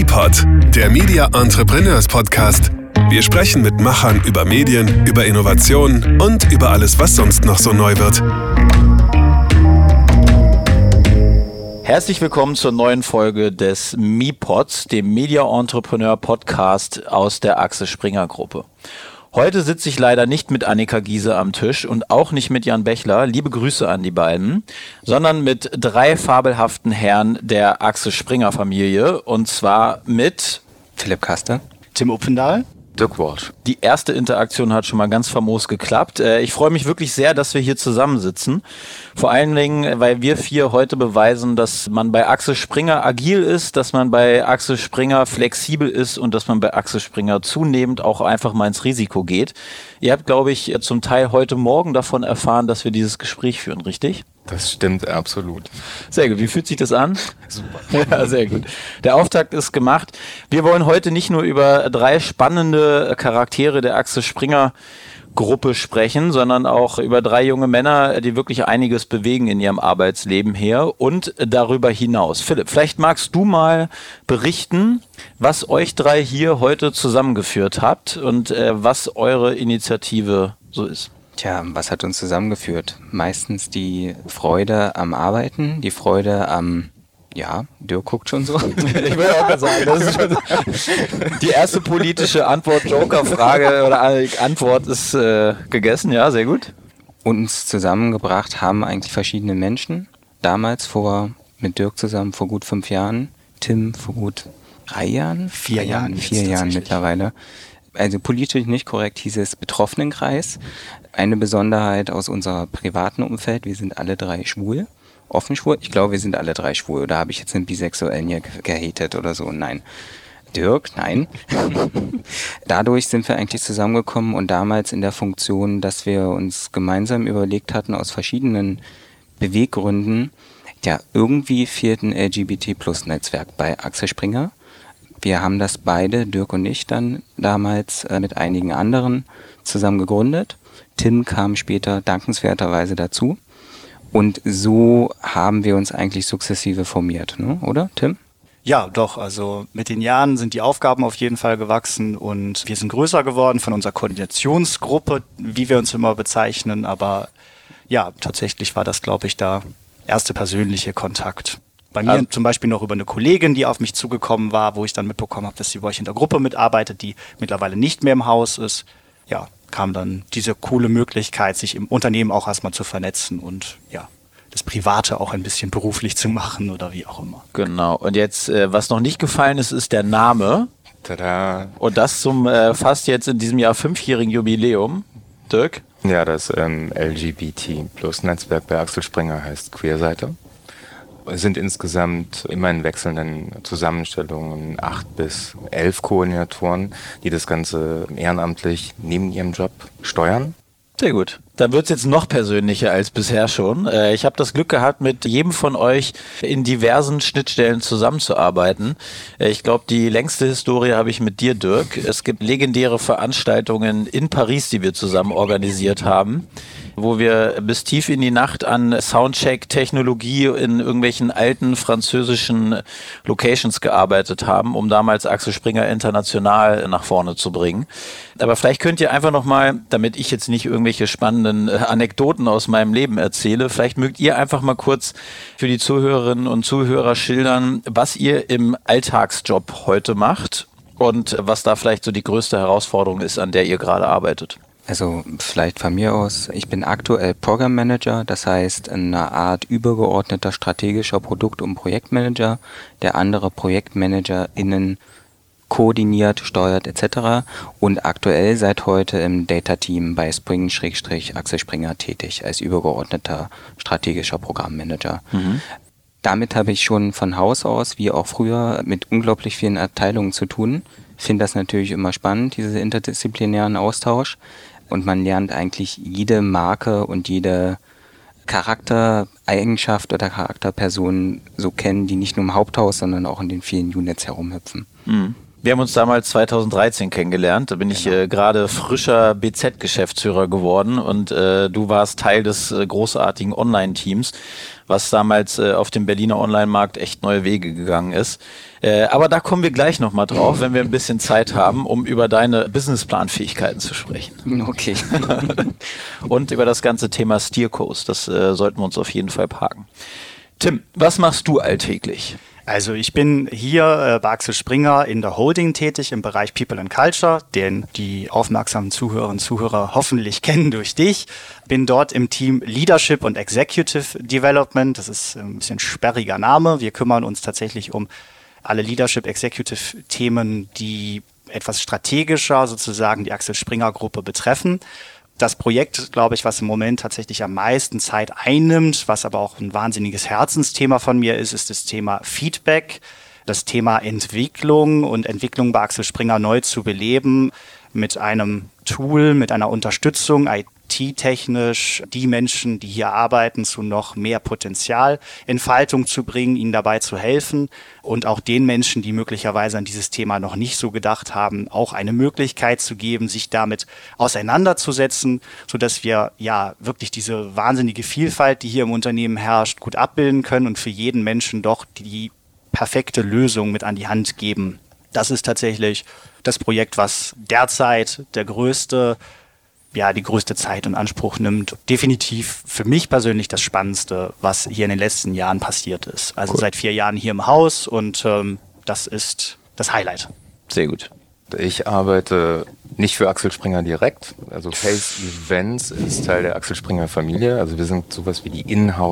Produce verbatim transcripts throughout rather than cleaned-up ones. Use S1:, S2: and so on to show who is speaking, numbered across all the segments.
S1: MePod, der Media Entrepreneurs Podcast. Wir sprechen mit Machern über Medien, über Innovation und über alles, was sonst noch so neu wird.
S2: Herzlich willkommen zur neuen Folge des MePods, dem Media Entrepreneur Podcast aus der Axel Springer Gruppe. Heute sitze ich leider nicht mit Annika Giese am Tisch und auch nicht mit Jan Bechler, liebe Grüße an die beiden, sondern mit drei fabelhaften Herren der Axel Springer Familie, und zwar mit
S3: Philipp Kaster,
S4: Tim Upfendahl,
S3: Dirk Walsh.
S2: Die erste Interaktion hat schon mal ganz famos geklappt. Ich freue mich wirklich sehr, dass wir hier zusammensitzen. Vor allen Dingen, weil wir vier heute beweisen, dass man bei Axel Springer agil ist, dass man bei Axel Springer flexibel ist und dass man bei Axel Springer zunehmend auch einfach mal ins Risiko geht. Ihr habt, glaube ich, zum Teil heute Morgen davon erfahren, dass wir dieses Gespräch führen, richtig?
S3: Das stimmt absolut.
S2: Sehr gut. Wie fühlt sich das an?
S3: Super.
S2: Ja, sehr gut. Der Auftakt ist gemacht. Wir wollen heute nicht nur über drei spannende Charaktere der Axel Springer Gruppe sprechen, sondern auch über drei junge Männer, die wirklich einiges bewegen in ihrem Arbeitsleben her und darüber hinaus. Philipp, vielleicht magst du mal berichten, was euch drei hier heute zusammengeführt habt und äh, was eure Initiative so ist.
S3: Tja, was hat uns zusammengeführt? Meistens die Freude am Arbeiten, die Freude am, ja, Dirk guckt schon so.
S2: Ich will auch mal sagen, das ist schon die erste politische Antwort-Joker-Frage oder Antwort ist äh, gegessen, ja, sehr gut.
S3: Uns zusammengebracht haben eigentlich verschiedene Menschen. Damals vor, mit Dirk zusammen vor gut fünf Jahren, Tim vor gut drei Jahren?
S4: Vier Jahren.
S3: Vier Jahren mittlerweile. Also politisch nicht korrekt hieß es Betroffenenkreis. Eine Besonderheit aus unserem privaten Umfeld, wir sind alle drei schwul, offen schwul. Ich glaube, wir sind alle drei schwul. Oder habe ich jetzt einen Bisexuellen hier gehatet oder so? Nein. Dirk, nein. Dadurch sind wir eigentlich zusammengekommen und damals in der Funktion, dass wir uns gemeinsam überlegt hatten, aus verschiedenen Beweggründen, ja, irgendwie fehlt ein L G B T Plus Netzwerk bei Axel Springer. Wir haben das beide, Dirk und ich, dann damals äh, mit einigen anderen zusammen gegründet. Tim kam später dankenswerterweise dazu. Und so haben wir uns eigentlich sukzessive formiert, ne? Oder, Tim?
S4: Ja, doch. Also mit den Jahren sind die Aufgaben auf jeden Fall gewachsen und wir sind größer geworden von unserer Koordinationsgruppe, wie wir uns immer bezeichnen. Aber ja, tatsächlich war das, glaube ich, der erste persönliche Kontakt. Bei mir um. zum Beispiel noch über eine Kollegin, die auf mich zugekommen war, wo ich dann mitbekommen habe, dass sie bei euch in der Gruppe mitarbeitet, die mittlerweile nicht mehr im Haus ist. Ja, kam dann diese coole Möglichkeit, sich im Unternehmen auch erstmal zu vernetzen und ja, das Private auch ein bisschen beruflich zu machen oder wie auch immer.
S2: Genau. Und jetzt, äh, was noch nicht gefallen ist, ist der Name.
S5: Tada.
S2: Und das zum äh, fast jetzt in diesem Jahr fünfjährigen Jubiläum. Dirk?
S5: Ja, das ähm, L G B T Plus Netzwerk bei Axel Springer heißt Queerseite. Es sind insgesamt immer in wechselnden Zusammenstellungen acht bis elf Koordinatoren, die das Ganze ehrenamtlich neben ihrem Job steuern.
S2: Sehr gut. Dann wird's jetzt noch persönlicher als bisher schon. Äh, ich habe das Glück gehabt, mit jedem von euch in diversen Schnittstellen zusammenzuarbeiten. Äh, ich glaube, die längste Historie habe ich mit dir, Dirk. Es gibt legendäre Veranstaltungen in Paris, die wir zusammen organisiert haben, wo wir bis tief in die Nacht an Soundcheck-Technologie in irgendwelchen alten französischen Locations gearbeitet haben, um damals Axel Springer international nach vorne zu bringen. Aber vielleicht könnt ihr einfach nochmal, damit ich jetzt nicht irgendwelche spannenden Anekdoten aus meinem Leben erzähle, vielleicht mögt ihr einfach mal kurz für die Zuhörerinnen und Zuhörer schildern, was ihr im Alltagsjob heute macht und was da vielleicht so die größte Herausforderung ist, an der ihr gerade arbeitet.
S3: Also vielleicht von mir aus, ich bin aktuell Program Manager, das heißt eine Art übergeordneter strategischer Produkt- und Projektmanager, der andere ProjektmanagerInnen koordiniert, steuert et cetera. Und aktuell seit heute im Data-Team bei Spring-Axel Springer tätig als übergeordneter strategischer Programmmanager. Mhm. Damit habe ich schon von Haus aus, wie auch früher, mit unglaublich vielen Abteilungen zu tun. Finde das natürlich immer spannend, diesen interdisziplinären Austausch. Und man lernt eigentlich jede Marke und jede Charaktereigenschaft oder Charakterperson so kennen, die nicht nur im Haupthaus, sondern auch in den vielen Units herumhüpfen.
S2: Mhm. Wir haben uns damals zweitausenddreizehn kennengelernt. Da bin ich äh, gerade frischer B Z-Geschäftsführer geworden und äh, du warst Teil des äh, großartigen Online-Teams, was damals äh, auf dem Berliner Online-Markt echt neue Wege gegangen ist. Äh, aber da kommen wir gleich nochmal drauf, wenn wir ein bisschen Zeit haben, um über deine Businessplanfähigkeiten zu sprechen.
S3: Okay.
S2: Und über das ganze Thema Steercoast. Das äh, sollten wir uns auf jeden Fall parken. Tim, was machst du alltäglich?
S4: Also ich bin hier äh, bei Axel Springer in der Holding tätig im Bereich People and Culture, den die aufmerksamen Zuhörerinnen und Zuhörer hoffentlich kennen durch dich. Bin dort im Team Leadership und Executive Development. Das ist ein bisschen sperriger Name. Wir kümmern uns tatsächlich um alle Leadership Executive Themen, die etwas strategischer sozusagen die Axel Springer Gruppe betreffen. Das Projekt, glaube ich, was im Moment tatsächlich am meisten Zeit einnimmt, was aber auch ein wahnsinniges Herzensthema von mir ist, ist das Thema Feedback, das Thema Entwicklung und Entwicklung bei Axel Springer neu zu beleben mit einem Tool, mit einer Unterstützung, I T-technisch, die Menschen, die hier arbeiten, zu noch mehr Potenzialentfaltung zu bringen, ihnen dabei zu helfen und auch den Menschen, die möglicherweise an dieses Thema noch nicht so gedacht haben, auch eine Möglichkeit zu geben, sich damit auseinanderzusetzen, sodass wir ja wirklich diese wahnsinnige Vielfalt, die hier im Unternehmen herrscht, gut abbilden können und für jeden Menschen doch die perfekte Lösung mit an die Hand geben. Das ist tatsächlich das Projekt, was derzeit der größte ja, die größte Zeit in Anspruch nimmt. Definitiv für mich persönlich das Spannendste, was hier in den letzten Jahren passiert ist. Also cool. Seit vier Jahren hier im Haus und ähm, das ist das Highlight.
S2: Sehr gut.
S5: Ich arbeite nicht für Axel Springer direkt. Also Pace Events ist Teil der Axel Springer Familie. Also wir sind sowas wie die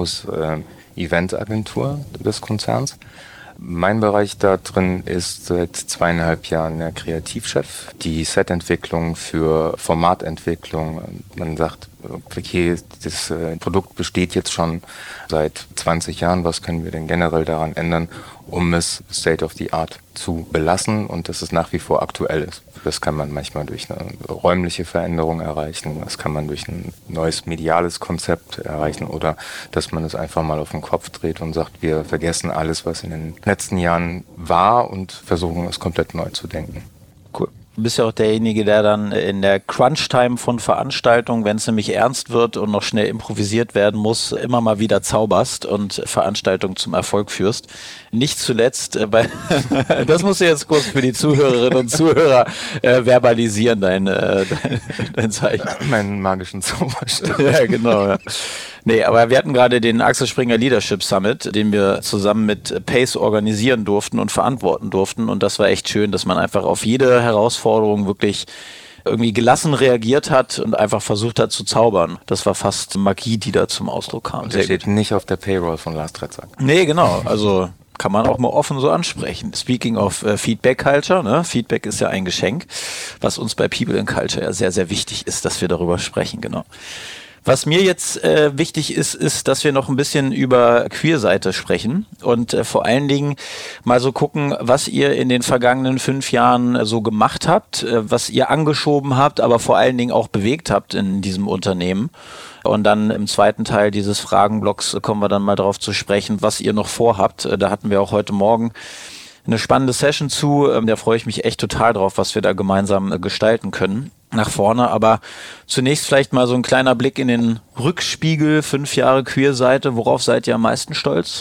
S5: Inhouse-Event-Agentur äh, des Konzerns. Mein Bereich da drin ist seit zweieinhalb Jahren der Kreativchef. Die Setentwicklung für Formatentwicklung. Man sagt, okay, das Produkt besteht jetzt schon seit zwanzig Jahren. Was können wir denn generell daran ändern, um es State of the Art zu belassen und dass es nach wie vor aktuell ist? Das kann man manchmal durch eine räumliche Veränderung erreichen, das kann man durch ein neues mediales Konzept erreichen oder dass man es einfach mal auf den Kopf dreht und sagt, wir vergessen alles, was in den letzten Jahren war und versuchen es komplett neu zu denken.
S2: Cool. Du bist ja auch derjenige, der dann in der Crunch-Time von Veranstaltungen, wenn es nämlich ernst wird und noch schnell improvisiert werden muss, immer mal wieder zauberst und Veranstaltungen zum Erfolg führst. Nicht zuletzt, bei das musst du jetzt kurz für die Zuhörerinnen und Zuhörer äh, verbalisieren, dein, äh, dein, dein Zeichen.
S5: Meinen magischen Zauberstab.
S2: Ja, genau. Ja. Nee, aber wir hatten gerade den Axel Springer Leadership Summit, den wir zusammen mit Pace organisieren durften und verantworten durften. Und das war echt schön, dass man einfach auf jede Herausforderung wirklich irgendwie gelassen reagiert hat und einfach versucht hat zu zaubern. Das war fast Magie, die da zum Ausdruck kam.
S5: Und der steht gut. Nicht auf der Payroll von Lars Tretzak.
S2: Nee, genau. Also kann man auch mal offen so ansprechen. Speaking of äh, Feedback Culture, ne? Feedback ist ja ein Geschenk, was uns bei People and Culture ja sehr, sehr wichtig ist, dass wir darüber sprechen, genau. Was mir jetzt äh, wichtig ist, ist, dass wir noch ein bisschen über Queerseite sprechen und äh, vor allen Dingen mal so gucken, was ihr in den vergangenen fünf Jahren äh, so gemacht habt, äh, was ihr angeschoben habt, aber vor allen Dingen auch bewegt habt in diesem Unternehmen. Und dann im zweiten Teil dieses Fragenblocks kommen wir dann mal drauf zu sprechen, was ihr noch vorhabt. Äh, da hatten wir auch heute Morgen eine spannende Session zu, ähm, da freue ich mich echt total drauf, was wir da gemeinsam äh, gestalten können nach vorne. Aber zunächst vielleicht mal so ein kleiner Blick in den Rückspiegel, fünf Jahre Queerseite. Worauf seid ihr am meisten stolz?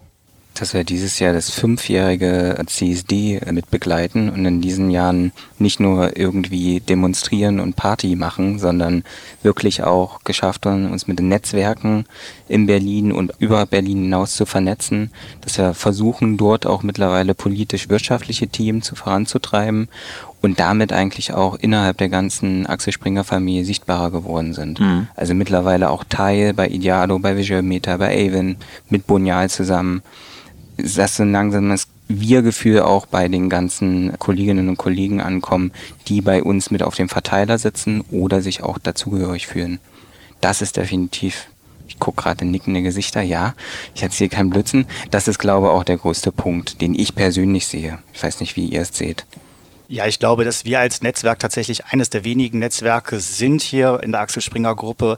S3: Dass wir dieses Jahr das fünfjährige C S D mit begleiten und in diesen Jahren nicht nur irgendwie demonstrieren und Party machen, sondern wirklich auch geschafft haben, uns mit den Netzwerken in Berlin und über Berlin hinaus zu vernetzen, dass wir versuchen, dort auch mittlerweile politisch-wirtschaftliche Themen zu voranzutreiben und damit eigentlich auch innerhalb der ganzen Axel Springer Familie sichtbarer geworden sind. Mhm. Also mittlerweile auch Teil bei Idealo, bei Visual Meta, bei Avon, mit Bonial zusammen. Dass so ein langsames Wir-Gefühl auch bei den ganzen Kolleginnen und Kollegen ankommen, die bei uns mit auf dem Verteiler sitzen oder sich auch dazugehörig fühlen. Das ist definitiv, ich gucke gerade in nickende Gesichter, ja, ich erzähle keinen Blödsinn. Das ist, glaube ich, auch der größte Punkt, den ich persönlich sehe. Ich weiß nicht, wie ihr es seht.
S4: Ja, ich glaube, dass wir als Netzwerk tatsächlich eines der wenigen Netzwerke sind hier in der Axel Springer Gruppe,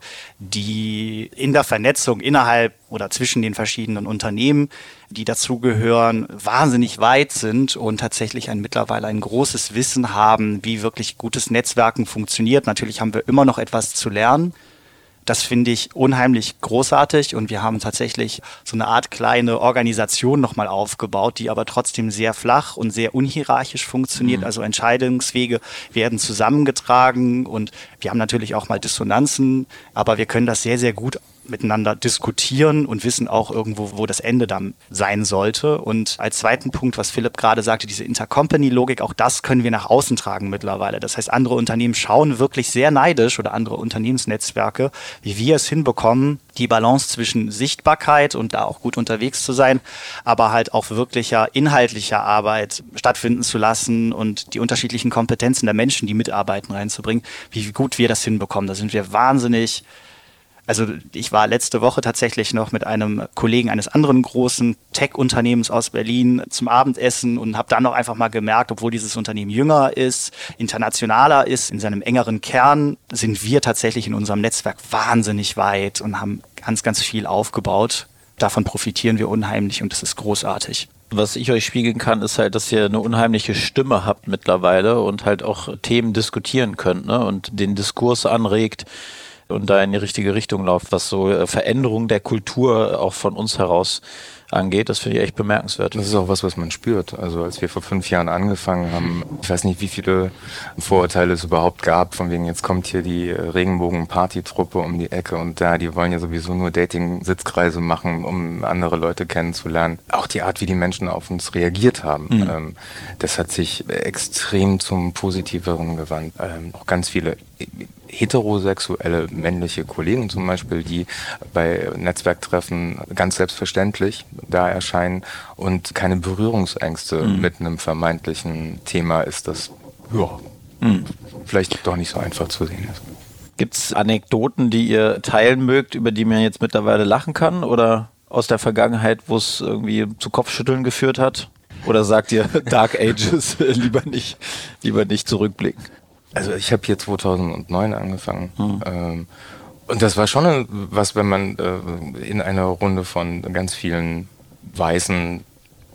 S4: die in der Vernetzung innerhalb oder zwischen den verschiedenen Unternehmen, die dazugehören, wahnsinnig weit sind und tatsächlich ein mittlerweile ein großes Wissen haben, wie wirklich gutes Netzwerken funktioniert. Natürlich haben wir immer noch etwas zu lernen. Das finde ich unheimlich großartig und wir haben tatsächlich so eine Art kleine Organisation nochmal aufgebaut, die aber trotzdem sehr flach und sehr unhierarchisch funktioniert. Mhm. Also Entscheidungswege werden zusammengetragen und wir haben natürlich auch mal Dissonanzen, aber wir können das sehr, sehr gut miteinander diskutieren und wissen auch irgendwo, wo das Ende dann sein sollte. Und als zweiten Punkt, was Philipp gerade sagte, diese Intercompany-Logik, auch das können wir nach außen tragen mittlerweile. Das heißt, andere Unternehmen schauen wirklich sehr neidisch oder andere Unternehmensnetzwerke, wie wir es hinbekommen, die Balance zwischen Sichtbarkeit und da auch gut unterwegs zu sein, aber halt auch wirklicher inhaltlicher Arbeit stattfinden zu lassen und die unterschiedlichen Kompetenzen der Menschen, die mitarbeiten, reinzubringen, wie gut wir das hinbekommen. Da sind wir wahnsinnig. Also ich war letzte Woche tatsächlich noch mit einem Kollegen eines anderen großen Tech-Unternehmens aus Berlin zum Abendessen und habe dann noch einfach mal gemerkt, obwohl dieses Unternehmen jünger ist, internationaler ist, in seinem engeren Kern, sind wir tatsächlich in unserem Netzwerk wahnsinnig weit und haben ganz, ganz viel aufgebaut. Davon profitieren wir unheimlich und das ist großartig.
S2: Was ich euch spiegeln kann, ist halt, dass ihr eine unheimliche Stimme habt mittlerweile und halt auch Themen diskutieren könnt, ne? Und den Diskurs anregt und da in die richtige Richtung läuft, was so Veränderung der Kultur auch von uns heraus angeht. Das finde ich echt bemerkenswert.
S5: Das ist auch was, was man spürt. Also als wir vor fünf Jahren angefangen haben, ich weiß nicht, wie viele Vorurteile es überhaupt gab, von wegen, jetzt kommt hier die Regenbogen-Party-Truppe um die Ecke und da, die wollen ja sowieso nur Dating-Sitzkreise machen, um andere Leute kennenzulernen. Auch die Art, wie die Menschen auf uns reagiert haben, mhm. ähm, das hat sich extrem zum Positiveren gewandt. Ähm, auch ganz viele heterosexuelle männliche Kollegen zum Beispiel, die bei Netzwerktreffen ganz selbstverständlich da erscheinen und keine Berührungsängste mhm. mit einem vermeintlichen Thema ist, das ja, mhm. vielleicht doch nicht so einfach zu sehen ist.
S2: Gibt es Anekdoten, die ihr teilen mögt, über die man jetzt mittlerweile lachen kann oder aus der Vergangenheit, wo es irgendwie zu Kopfschütteln geführt hat? Oder sagt ihr Dark Ages lieber nicht, lieber nicht zurückblicken?
S5: Also ich habe hier zweitausendneun angefangen mhm. ähm, und das war schon was, wenn man äh, in einer Runde von ganz vielen weißen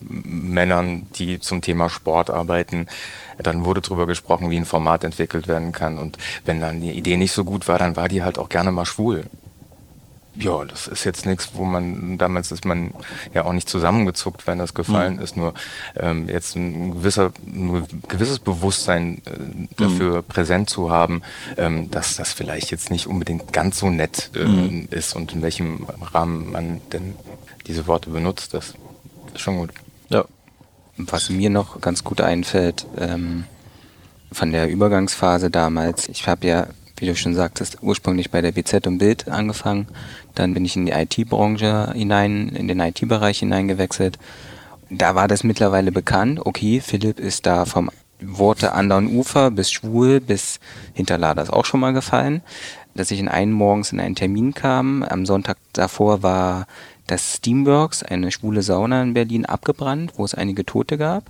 S5: Männern, die zum Thema Sport arbeiten, dann wurde drüber gesprochen, wie ein Format entwickelt werden kann und wenn dann die Idee nicht so gut war, dann war die halt auch gerne mal schwul. Ja, das ist jetzt nichts, wo man, damals ist man ja auch nicht zusammengezuckt, wenn das gefallen mhm. ist, nur ähm, jetzt ein gewisser, ein gewisses Bewusstsein äh, dafür mhm. präsent zu haben, ähm, dass das vielleicht jetzt nicht unbedingt ganz so nett äh, mhm. ist und in welchem Rahmen man denn diese Worte benutzt, das ist schon gut.
S3: Ja. Was mir noch ganz gut einfällt, ähm, von der Übergangsphase damals, ich habe ja, wie du schon sagtest, ursprünglich bei der B Z und Bild angefangen. Dann bin ich in die I T-Branche hinein, in den I T-Bereich hineingewechselt. Da war das mittlerweile bekannt. Okay, Philipp ist da vom Worte anderen Ufer bis schwul bis Hinterlader ist auch schon mal gefallen. Dass ich in einen morgens in einen Termin kam. Am Sonntag davor war das Steamworks, eine schwule Sauna in Berlin, abgebrannt, wo es einige Tote gab.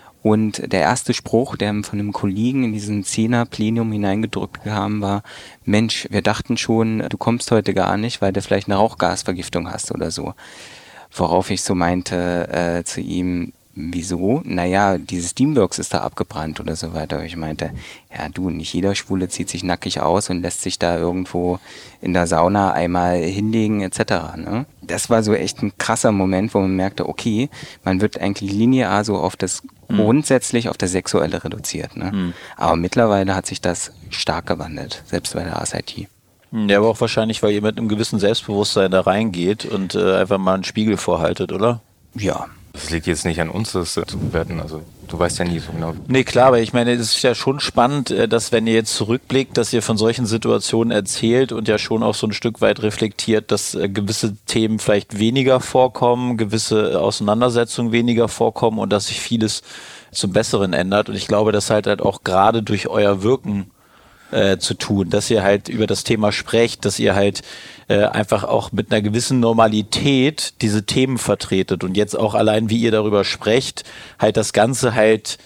S3: Und der erste Spruch, der von einem Kollegen in diesen Zehner-Plenum hineingedrückt kam, war, Mensch, wir dachten schon, du kommst heute gar nicht, weil du vielleicht eine Rauchgasvergiftung hast oder so. Worauf ich so meinte äh, zu ihm, wieso? Naja, dieses Steamworks ist da abgebrannt oder so weiter. Ich meinte, ja du, nicht jeder Schwule zieht sich nackig aus und lässt sich da irgendwo in der Sauna einmal hinlegen et cetera. Ne? Das war so echt ein krasser Moment, wo man merkte, okay, man wird eigentlich linear so auf das mhm. grundsätzlich auf das Sexuelle reduziert. Ne? Mhm. Aber mittlerweile hat sich das stark gewandelt, selbst bei der A S I T.
S2: Ja, aber auch wahrscheinlich, weil ihr mit einem gewissen Selbstbewusstsein da reingeht und äh, einfach mal einen Spiegel vorhaltet, oder?
S3: Ja.
S5: Das liegt jetzt nicht an uns, das zu bewerten, also du weißt ja nie so genau.
S2: Nee, klar, aber ich meine, es ist ja schon spannend, dass wenn ihr jetzt zurückblickt, dass ihr von solchen Situationen erzählt und ja schon auch so ein Stück weit reflektiert, dass gewisse Themen vielleicht weniger vorkommen, gewisse Auseinandersetzungen weniger vorkommen und dass sich vieles zum Besseren ändert und ich glaube, das halt halt auch gerade durch euer Wirken Äh, zu tun, dass ihr halt über das Thema sprecht, dass ihr halt äh, einfach auch mit einer gewissen Normalität diese Themen vertretet und jetzt auch allein, wie ihr darüber sprecht, halt das Ganze halt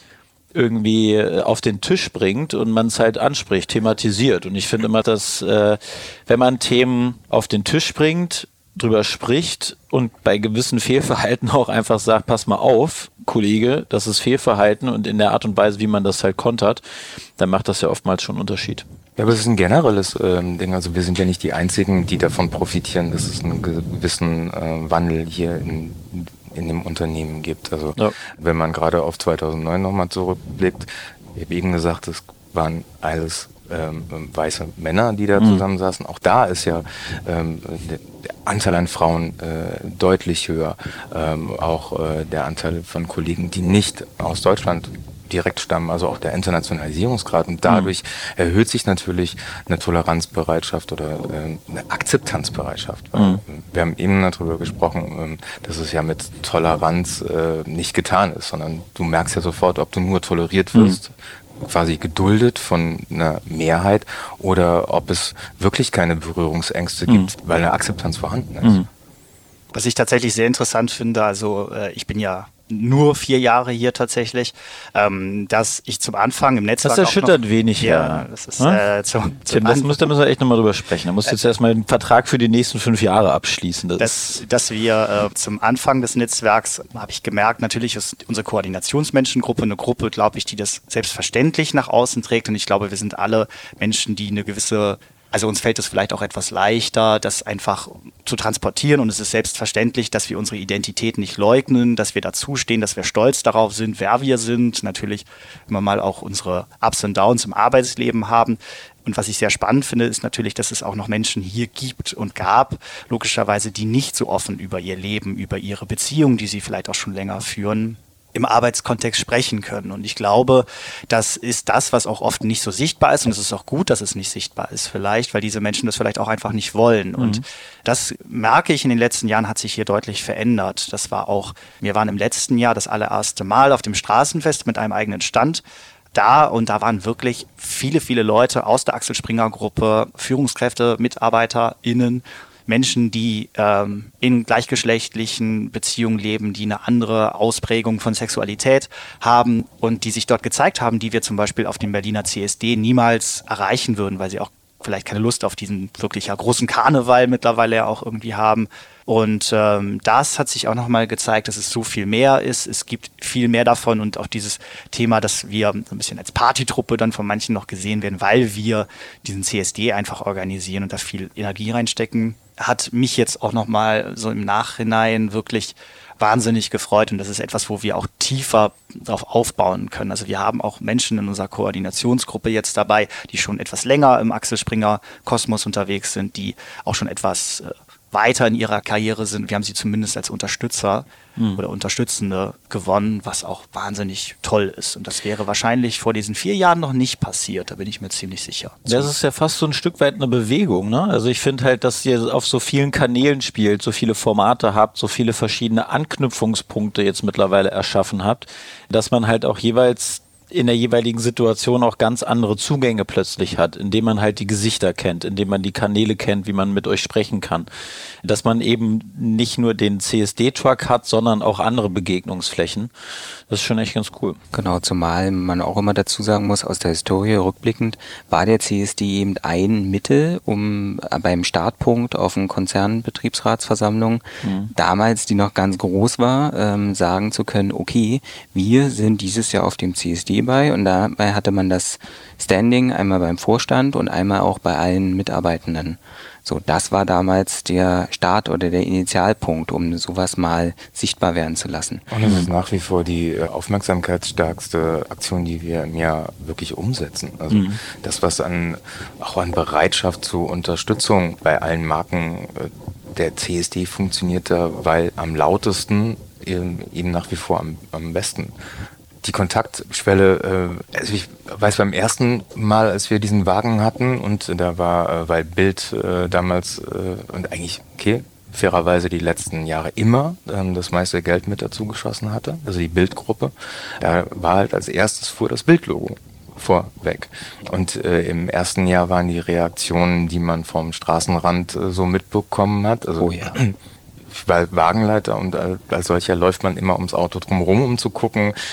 S2: irgendwie auf den Tisch bringt und man es halt anspricht, thematisiert. Und ich finde immer, dass äh, wenn man Themen auf den Tisch bringt, drüber spricht und bei gewissen Fehlverhalten auch einfach sagt, pass mal auf, Kollege, das ist Fehlverhalten und in der Art und Weise, wie man das halt kontert, dann macht das ja oftmals schon einen Unterschied.
S5: Ja, aber es ist ein generelles ähm, Ding. Also wir sind ja nicht die Einzigen, die davon profitieren, dass es einen gewissen äh, Wandel hier in, in dem Unternehmen gibt. Also ja. Wenn man gerade auf zweitausendneun nochmal zurückblickt, ich habe eben gesagt, es waren alles ähm, weiße Männer, die da mhm. zusammensaßen. Auch da ist ja ähm, der, der Anteil an Frauen äh, deutlich höher. Ähm, auch äh, der Anteil von Kollegen, die nicht aus Deutschland direkt stammen, also auch der Internationalisierungsgrad. Und dadurch mhm. erhöht sich natürlich eine Toleranzbereitschaft oder äh, eine Akzeptanzbereitschaft. Weil, mhm. Wir haben eben darüber gesprochen, äh, dass es ja mit Toleranz äh, nicht getan ist, sondern du merkst ja sofort, ob du nur toleriert wirst, mhm. quasi geduldet von einer Mehrheit oder ob es wirklich keine Berührungsängste mhm. gibt, weil eine Akzeptanz vorhanden ist. Mhm.
S4: Was ich tatsächlich sehr interessant finde, also äh, ich bin ja nur vier Jahre hier tatsächlich, ähm, dass ich zum Anfang im Netzwerk.
S2: Das erschüttert
S4: noch,
S2: wenig, ja.
S4: ja. Das ist, hm? äh, zum, zum
S2: Tim, das muss, da müssen wir echt nochmal drüber sprechen. Da musst du jetzt erstmal den Vertrag für die nächsten fünf Jahre abschließen. Das
S4: dass, dass wir äh, zum Anfang des Netzwerks, habe ich gemerkt, natürlich ist unsere Koordinationsmenschengruppe eine Gruppe, glaube ich, die das selbstverständlich nach außen trägt. Und ich glaube, wir sind alle Menschen, die eine gewisse. Also uns fällt es vielleicht auch etwas leichter, das einfach zu transportieren und es ist selbstverständlich, dass wir unsere Identität nicht leugnen, dass wir dazustehen, dass wir stolz darauf sind, wer wir sind, natürlich immer mal auch unsere Ups und Downs im Arbeitsleben haben. Und was ich sehr spannend finde, ist natürlich, dass es auch noch Menschen hier gibt und gab, logischerweise, die nicht so offen über ihr Leben, über ihre Beziehungen, die sie vielleicht auch schon länger führen, im Arbeitskontext sprechen können. Und ich glaube, das ist das, was auch oft nicht so sichtbar ist. Und es ist auch gut, dass es nicht sichtbar ist vielleicht, weil diese Menschen das vielleicht auch einfach nicht wollen. Mhm. Und das merke ich in den letzten Jahren, hat sich hier deutlich verändert. Das war auch, wir waren im letzten Jahr das allererste Mal auf dem Straßenfest mit einem eigenen Stand da und da waren wirklich viele, viele Leute aus der Axel Springer Gruppe, Führungskräfte, MitarbeiterInnen, Menschen, die ähm, in gleichgeschlechtlichen Beziehungen leben, die eine andere Ausprägung von Sexualität haben und die sich dort gezeigt haben, die wir zum Beispiel auf dem Berliner C S D niemals erreichen würden, weil sie auch vielleicht keine Lust auf diesen wirklich ja großen Karneval mittlerweile ja auch irgendwie haben. Und ähm, das hat sich auch nochmal gezeigt, dass es so viel mehr ist. Es gibt viel mehr davon und auch dieses Thema, dass wir so ein bisschen als Partytruppe dann von manchen noch gesehen werden, weil wir diesen C S D einfach organisieren und da viel Energie reinstecken, hat mich jetzt auch nochmal so im Nachhinein wirklich wahnsinnig gefreut und das ist etwas, wo wir auch tiefer drauf aufbauen können. Also wir haben auch Menschen in unserer Koordinationsgruppe jetzt dabei, die schon etwas länger im Axel Springer Kosmos unterwegs sind, die auch schon etwas äh, weiter in ihrer Karriere sind. Wir haben sie zumindest als Unterstützer mhm. oder Unterstützende gewonnen, was auch wahnsinnig toll ist. Und das wäre wahrscheinlich vor diesen vier Jahren noch nicht passiert, da bin ich mir ziemlich sicher.
S2: Das ist ja fast so ein Stück weit eine Bewegung, ne? Also ich finde halt, dass ihr auf so vielen Kanälen spielt, so viele Formate habt, so viele verschiedene Anknüpfungspunkte jetzt mittlerweile erschaffen habt, dass man halt auch jeweils in der jeweiligen Situation auch ganz andere Zugänge plötzlich hat, indem man halt die Gesichter kennt, indem man die Kanäle kennt, wie man mit euch sprechen kann. Dass man eben nicht nur den C S D-Truck hat, sondern auch andere Begegnungsflächen. Das ist schon echt ganz cool.
S3: Genau, zumal man auch immer dazu sagen muss, aus der Historie rückblickend, war der C S D eben ein Mittel, um beim Startpunkt auf eine Konzernbetriebsratsversammlung, mhm. damals, die noch ganz groß war, ähm, sagen zu können, okay, wir sind dieses Jahr auf dem C S D bei und dabei hatte man das Standing einmal beim Vorstand und einmal auch bei allen Mitarbeitenden. So, das war damals der Start oder der Initialpunkt, um sowas mal sichtbar werden zu lassen.
S5: Und das ist nach wie vor die aufmerksamkeitsstärkste Aktion, die wir im Jahr wirklich umsetzen. Also mhm. das, was an auch an Bereitschaft zur Unterstützung bei allen Marken, der C S D funktioniert da, weil am lautesten eben, eben nach wie vor am, am besten. Die Kontaktschwelle, äh, also ich weiß beim ersten Mal, als wir diesen Wagen hatten und da war, äh, weil Bild äh, damals äh, und eigentlich, okay, fairerweise die letzten Jahre immer ähm, das meiste Geld mit dazu geschossen hatte, also die Bildgruppe, da war halt als erstes fuhr das Bildlogo vorweg. Und äh, im ersten Jahr waren die Reaktionen, die man vom Straßenrand äh, so mitbekommen hat, also
S3: oh ja.
S5: Ich war Wagenleiter und als solcher läuft man immer ums Auto drumherum, um zu gucken,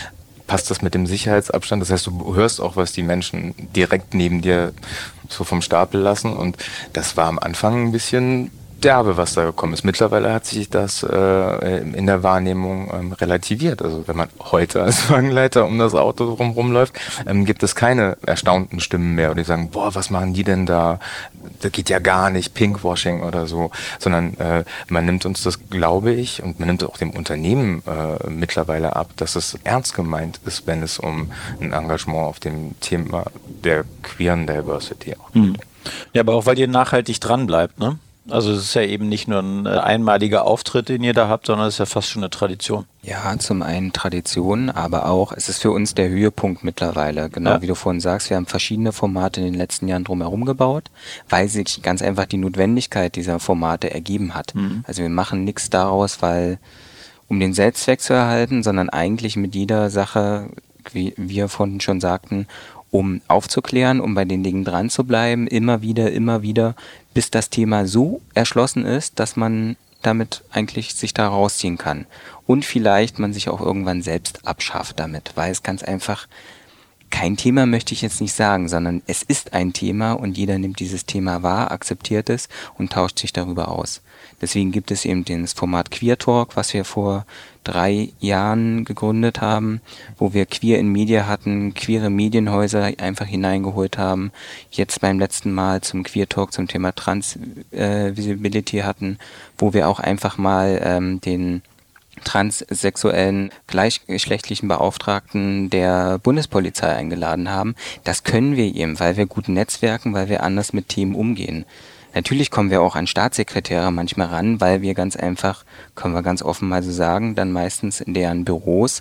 S5: passt das mit dem Sicherheitsabstand. Das heißt, du hörst auch, was die Menschen direkt neben dir so vom Stapel lassen. Und das war am Anfang ein bisschen derbe, was da gekommen ist. Mittlerweile hat sich das äh, in der Wahrnehmung ähm, relativiert. Also wenn man heute als Wagenleiter um das Auto rum rumläuft, ähm, gibt es keine erstaunten Stimmen mehr, die sagen, boah, was machen die denn da? Das geht ja gar nicht, Pinkwashing oder so. Sondern äh, man nimmt uns das, glaube ich, und man nimmt auch dem Unternehmen äh, mittlerweile ab, dass es ernst gemeint ist, wenn es um ein Engagement auf dem Thema der queeren Diversity auch geht.
S2: Mhm. Ja, aber auch weil ihr nachhaltig dran bleibt, ne? Also es ist ja eben nicht nur ein einmaliger Auftritt, den ihr da habt, sondern es ist ja fast schon eine Tradition.
S3: Ja, zum einen Tradition, aber auch, es ist für uns der Höhepunkt mittlerweile. Genau ja. Wie du vorhin sagst, wir haben verschiedene Formate in den letzten Jahren drumherum gebaut, weil sich ganz einfach die Notwendigkeit dieser Formate ergeben hat. Mhm. Also wir machen nichts daraus, weil um den Selbstzweck zu erhalten, sondern eigentlich mit jeder Sache, wie wir vorhin schon sagten, um aufzuklären, um bei den Dingen dran zu bleiben, immer wieder, immer wieder, bis das Thema so erschlossen ist, dass man damit eigentlich sich da rausziehen kann. Und vielleicht man sich auch irgendwann selbst abschafft damit, weil es ganz einfach kein Thema möchte ich jetzt nicht sagen, sondern es ist ein Thema und jeder nimmt dieses Thema wahr, akzeptiert es und tauscht sich darüber aus. Deswegen gibt es eben das Format Queer Talk, was wir vor drei Jahren gegründet haben, wo wir Queer in Media hatten, queere Medienhäuser einfach hineingeholt haben. Jetzt beim letzten Mal zum Queer Talk zum Thema Trans-Visibility äh, hatten, wo wir auch einfach mal ähm, den transsexuellen, gleichgeschlechtlichen Beauftragten der Bundespolizei eingeladen haben. Das können wir eben, weil wir gut netzwerken, weil wir anders mit Themen umgehen. Natürlich kommen wir auch an Staatssekretäre manchmal ran, weil wir ganz einfach, können wir ganz offen mal so sagen, dann meistens in deren Büros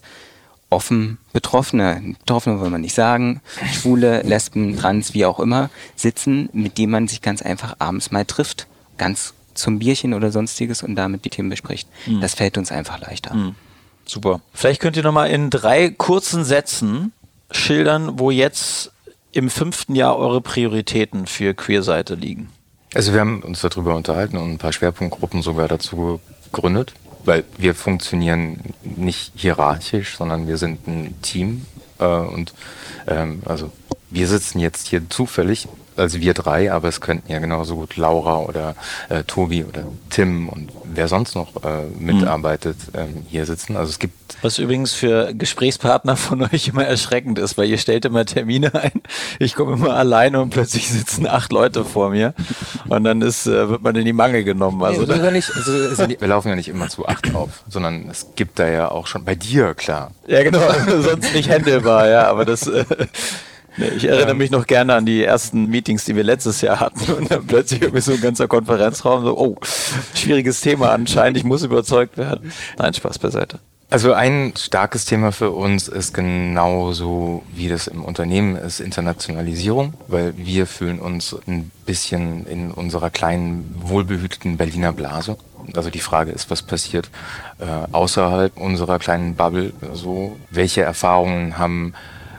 S3: offen Betroffene, Betroffene wollen wir nicht sagen, Schwule, Lesben, Trans, wie auch immer, sitzen, mit denen man sich ganz einfach abends mal trifft. Ganz zum Bierchen oder sonstiges und damit die Themen bespricht. Mhm. Das fällt uns einfach leichter.
S2: Mhm. Super. Vielleicht könnt ihr nochmal in drei kurzen Sätzen schildern, wo jetzt im fünften Jahr eure Prioritäten für Queerseite liegen.
S5: Also wir haben uns darüber unterhalten und ein paar Schwerpunktgruppen sogar dazu gegründet, weil wir funktionieren nicht hierarchisch, sondern wir sind ein Team äh, und ähm, also wir sitzen jetzt hier zufällig, also wir drei, aber es könnten ja genauso gut Laura oder äh, Tobi oder Tim und wer sonst noch äh, mitarbeitet ähm, hier sitzen. Also es gibt...
S2: Was übrigens für Gesprächspartner von euch immer erschreckend ist, weil ihr stellt immer Termine ein. Ich komme immer alleine und plötzlich sitzen acht Leute vor mir und dann ist, äh, wird man in die Mangel genommen. Also,
S5: nee, also nicht, also, also wir laufen ja nicht immer zu acht auf, sondern es gibt da ja auch schon, bei dir, klar.
S2: Ja genau, sonst nicht handelbar, ja, aber das... Äh, Nee, ich erinnere mich noch gerne an die ersten Meetings, die wir letztes Jahr hatten und dann plötzlich irgendwie so ein ganzer Konferenzraum so, oh, schwieriges Thema anscheinend, ich muss überzeugt werden. Nein, Spaß beiseite.
S5: Also ein starkes Thema für uns ist genauso, wie das im Unternehmen ist, Internationalisierung, weil wir fühlen uns ein bisschen in unserer kleinen, wohlbehüteten Berliner Blase. Also die Frage ist, was passiert äh, außerhalb unserer kleinen Bubble? Also welche Erfahrungen haben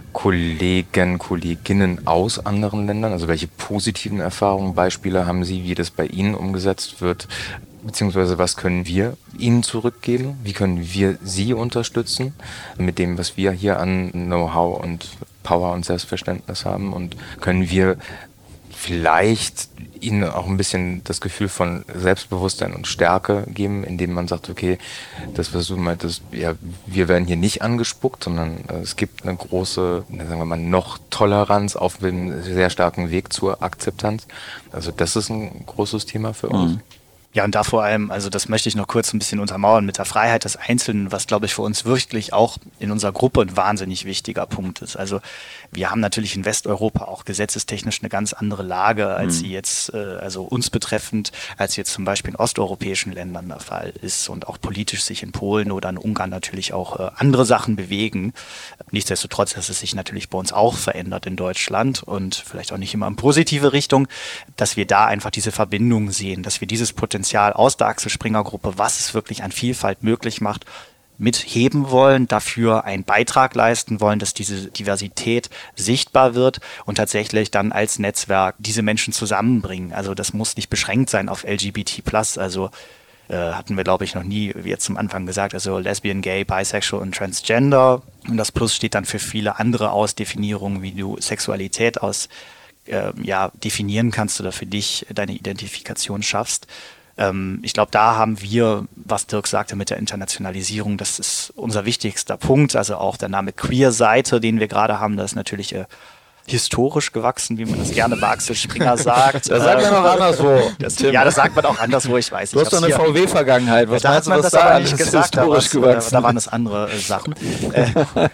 S5: Kollegen, Kolleginnen aus anderen Ländern? Also welche positiven Erfahrungen, Beispiele haben Sie, wie das bei Ihnen umgesetzt wird? Beziehungsweise was können wir Ihnen zurückgeben? Wie können wir Sie unterstützen mit dem, was wir hier an Know-how und Power und Selbstverständnis haben? Und können wir vielleicht Ihnen auch ein bisschen das Gefühl von Selbstbewusstsein und Stärke geben, indem man sagt, okay, das, was du meintest, ja, wir werden hier nicht angespuckt, sondern äh, es gibt eine große, sagen wir mal, noch Toleranz auf einem sehr starken Weg zur Akzeptanz. Also das ist ein großes Thema für uns.
S4: Mhm. Ja, und da vor allem, also das möchte ich noch kurz ein bisschen untermauern mit der Freiheit des Einzelnen, was, glaube ich, für uns wirklich auch in unserer Gruppe ein wahnsinnig wichtiger Punkt ist. Also wir haben natürlich in Westeuropa auch gesetzestechnisch eine ganz andere Lage, als mhm. sie jetzt, äh, also uns betreffend, als jetzt zum Beispiel in osteuropäischen Ländern der Fall ist und auch politisch sich in Polen oder in Ungarn natürlich auch äh, andere Sachen bewegen. Nichtsdestotrotz, dass es sich natürlich bei uns auch verändert in Deutschland und vielleicht auch nicht immer in positive Richtung, dass wir da einfach diese Verbindung sehen, dass wir dieses Potenzial aus der Axel Springer Gruppe, was es wirklich an Vielfalt möglich macht, mitheben wollen, dafür einen Beitrag leisten wollen, dass diese Diversität sichtbar wird und tatsächlich dann als Netzwerk diese Menschen zusammenbringen. Also das muss nicht beschränkt sein auf L G B T plus. Also äh, hatten wir, glaube ich, noch nie, wie jetzt zum Anfang gesagt, also Lesbian, Gay, Bisexual und Transgender. Und das Plus steht dann für viele andere Ausdefinierungen, wie du Sexualität aus, äh, ja, definieren kannst oder für dich deine Identifikation schaffst. Ähm, ich glaube, da haben wir, was Dirk sagte mit der Internationalisierung, das ist unser wichtigster Punkt. Also auch der Name Queer-Seite, den wir gerade haben, das ist natürlich äh, historisch gewachsen, wie man das gerne bei Axel Springer sagt.
S2: Das sagt man auch anderswo.
S4: Das, ja, das sagt man auch anderswo, ich weiß.
S2: Du hast doch eine V W-Vergangenheit. Was
S4: da
S2: meinst
S4: hat man
S2: du,
S4: das
S2: was
S4: aber
S2: da
S4: nicht
S2: alles
S4: gesagt, da,
S2: historisch gewachsen?
S4: da waren es andere äh, Sachen. äh,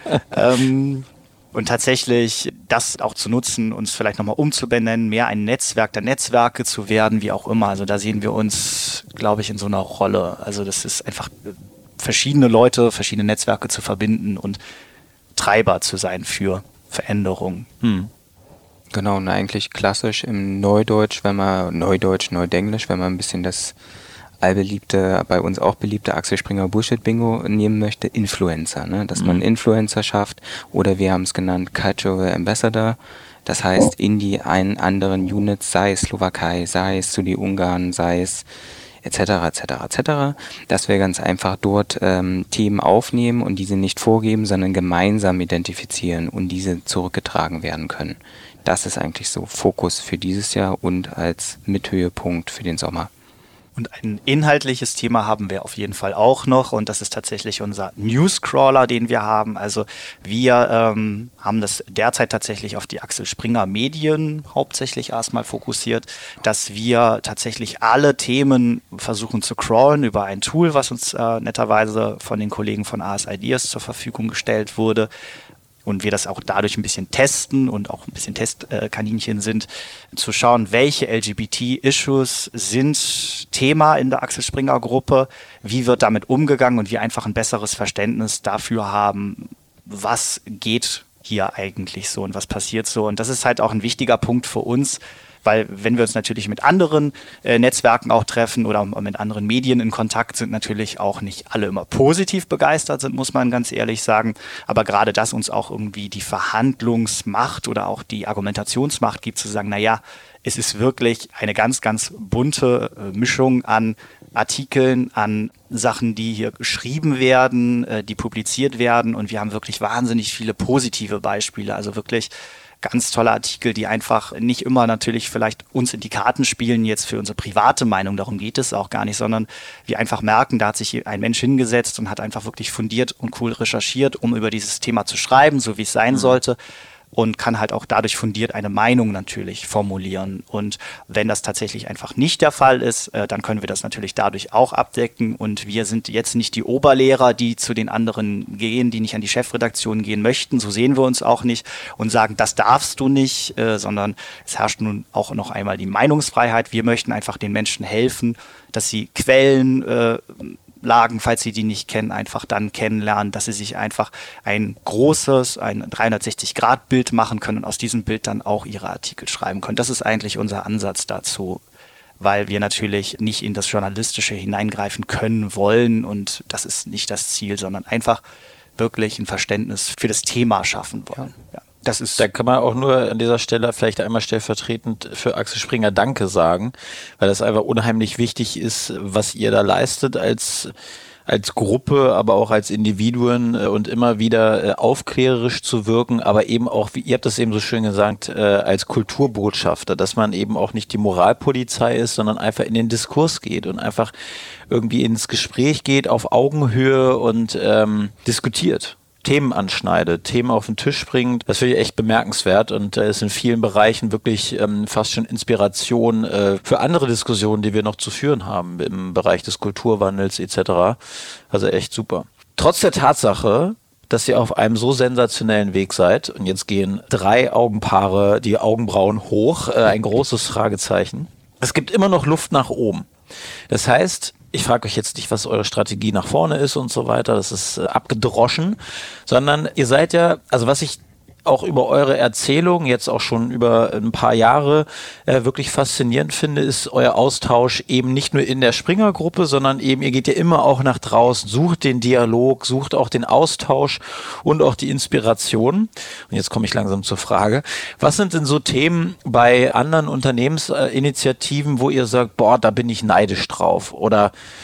S4: ähm, und tatsächlich das auch zu nutzen, uns vielleicht nochmal umzubenennen, mehr ein Netzwerk der Netzwerke zu werden, wie auch immer. Also da sehen wir uns, glaube ich, in so einer Rolle. Also das ist einfach verschiedene Leute, verschiedene Netzwerke zu verbinden und Treiber zu sein für Veränderung.
S3: Hm. Genau, und eigentlich klassisch im Neudeutsch, wenn man, Neudeutsch, Neudenglisch, wenn man ein bisschen das allbeliebte, bei uns auch beliebte Axel Springer Bullshit-Bingo nehmen möchte, Influencer, ne? Dass mhm. man Influencer schafft, oder wir haben es genannt Cultural Ambassador, das heißt in die einen anderen Units, sei es Slowakei, sei es zu die Ungarn, sei es et cetera et cetera et cetera, dass wir ganz einfach dort ähm, Themen aufnehmen und diese nicht vorgeben, sondern gemeinsam identifizieren und diese zurückgetragen werden können. Das ist eigentlich so Fokus für dieses Jahr und als Mithöhepunkt für den Sommer.
S4: Und ein inhaltliches Thema haben wir auf jeden Fall auch noch, und das ist tatsächlich unser Newscrawler, den wir haben. Also wir ähm, haben das derzeit tatsächlich auf die Axel Springer Medien hauptsächlich erstmal fokussiert, dass wir tatsächlich alle Themen versuchen zu crawlen über ein Tool, was uns äh, netterweise von den Kollegen von A S Ideas zur Verfügung gestellt wurde. Und wir das auch dadurch ein bisschen testen und auch ein bisschen Testkaninchen sind, zu schauen, welche L G B T-Issues sind Thema in der Axel Springer Gruppe, wie wird damit umgegangen und wir einfach ein besseres Verständnis dafür haben, was geht hier eigentlich so und was passiert so. Und das ist halt auch ein wichtiger Punkt für uns, weil wenn wir uns natürlich mit anderen äh, Netzwerken auch treffen oder mit anderen Medien in Kontakt sind, natürlich auch nicht alle immer positiv begeistert sind, muss man ganz ehrlich sagen. Aber gerade das uns auch irgendwie die Verhandlungsmacht oder auch die Argumentationsmacht gibt, zu sagen, naja, es ist wirklich eine ganz, ganz bunte äh, Mischung an Artikeln, an Sachen, die hier geschrieben werden, äh, die publiziert werden, und wir haben wirklich wahnsinnig viele positive Beispiele, also wirklich ganz tolle Artikel, die einfach nicht immer natürlich vielleicht uns in die Karten spielen jetzt für unsere private Meinung, darum geht es auch gar nicht, sondern wir einfach merken, da hat sich ein Mensch hingesetzt und hat einfach wirklich fundiert und cool recherchiert, um über dieses Thema zu schreiben, so wie es sein mhm. sollte. Und kann halt auch dadurch fundiert eine Meinung natürlich formulieren. Und wenn das tatsächlich einfach nicht der Fall ist, äh, dann können wir das natürlich dadurch auch abdecken. Und wir sind jetzt nicht die Oberlehrer, die zu den anderen gehen, die nicht an die Chefredaktion gehen möchten. So sehen wir uns auch nicht und sagen, das darfst du nicht, äh, sondern es herrscht nun auch noch einmal die Meinungsfreiheit. Wir möchten einfach den Menschen helfen, dass sie Quellen äh, Lagen, falls sie die nicht kennen, einfach dann kennenlernen, dass sie sich einfach ein großes, ein dreihundertsechzig Grad Bild machen können und aus diesem Bild dann auch ihre Artikel schreiben können. Das ist eigentlich unser Ansatz dazu, weil wir natürlich nicht in das Journalistische hineingreifen können wollen, und das ist nicht das Ziel, sondern einfach wirklich ein Verständnis für das Thema schaffen wollen. Ja. Das ist
S2: da kann man auch nur an dieser Stelle vielleicht einmal stellvertretend für Axel Springer Danke sagen, weil das einfach unheimlich wichtig ist, was ihr da leistet als als Gruppe, aber auch als Individuen, und immer wieder aufklärerisch zu wirken, aber eben auch, wie ihr habt das eben so schön gesagt, als Kulturbotschafter, dass man eben auch nicht die Moralpolizei ist, sondern einfach in den Diskurs geht und einfach irgendwie ins Gespräch geht, auf Augenhöhe und ähm, diskutiert. Themen anschneidet, Themen auf den Tisch bringt. Das finde ich echt bemerkenswert, und es äh, ist in vielen Bereichen wirklich ähm, fast schon Inspiration äh, für andere Diskussionen, die wir noch zu führen haben im Bereich des Kulturwandels et cetera. Also echt super. Trotz der Tatsache, dass ihr auf einem so sensationellen Weg seid, und jetzt gehen drei Augenpaare die Augenbrauen hoch, äh, ein großes Fragezeichen. Es gibt immer noch Luft nach oben. Das heißt, ich frage euch jetzt nicht, was eure Strategie nach vorne ist und so weiter, das ist äh, abgedroschen, sondern ihr seid ja, also was ich auch über eure Erzählung, jetzt auch schon über ein paar Jahre, äh, wirklich faszinierend finde, ist euer Austausch eben nicht nur in der Springer-Gruppe, sondern eben, ihr geht ja immer auch nach draußen, sucht den Dialog, sucht auch den Austausch und auch die Inspiration. Und jetzt komme ich langsam zur Frage, was sind denn so Themen bei anderen Unternehmensinitiativen, wo ihr sagt, boah, da bin ich neidisch drauf? Oder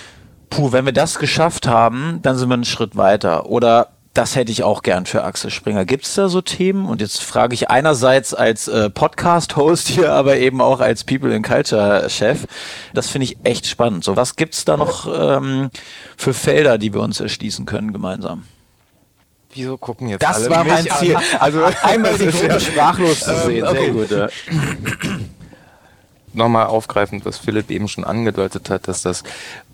S2: puh, wenn wir das geschafft haben, dann sind wir einen Schritt weiter? Oder das hätte ich auch gern für Axel Springer. Gibt es da so Themen? Und jetzt frage ich einerseits als äh, Podcast-Host hier, aber eben auch als People and Culture-Chef. Das finde ich echt spannend. So, was gibt es da noch ähm, für Felder, die wir uns erschließen können gemeinsam?
S5: Wieso gucken jetzt
S2: das
S5: alle
S2: war
S5: mich
S2: mein Ziel.
S5: an?
S2: Also einmal die Gruppe sprachlos zu sehen.
S5: Okay.
S2: Sehr gut. Ja.
S5: Nochmal aufgreifend, was Philipp eben schon angedeutet hat, dass das,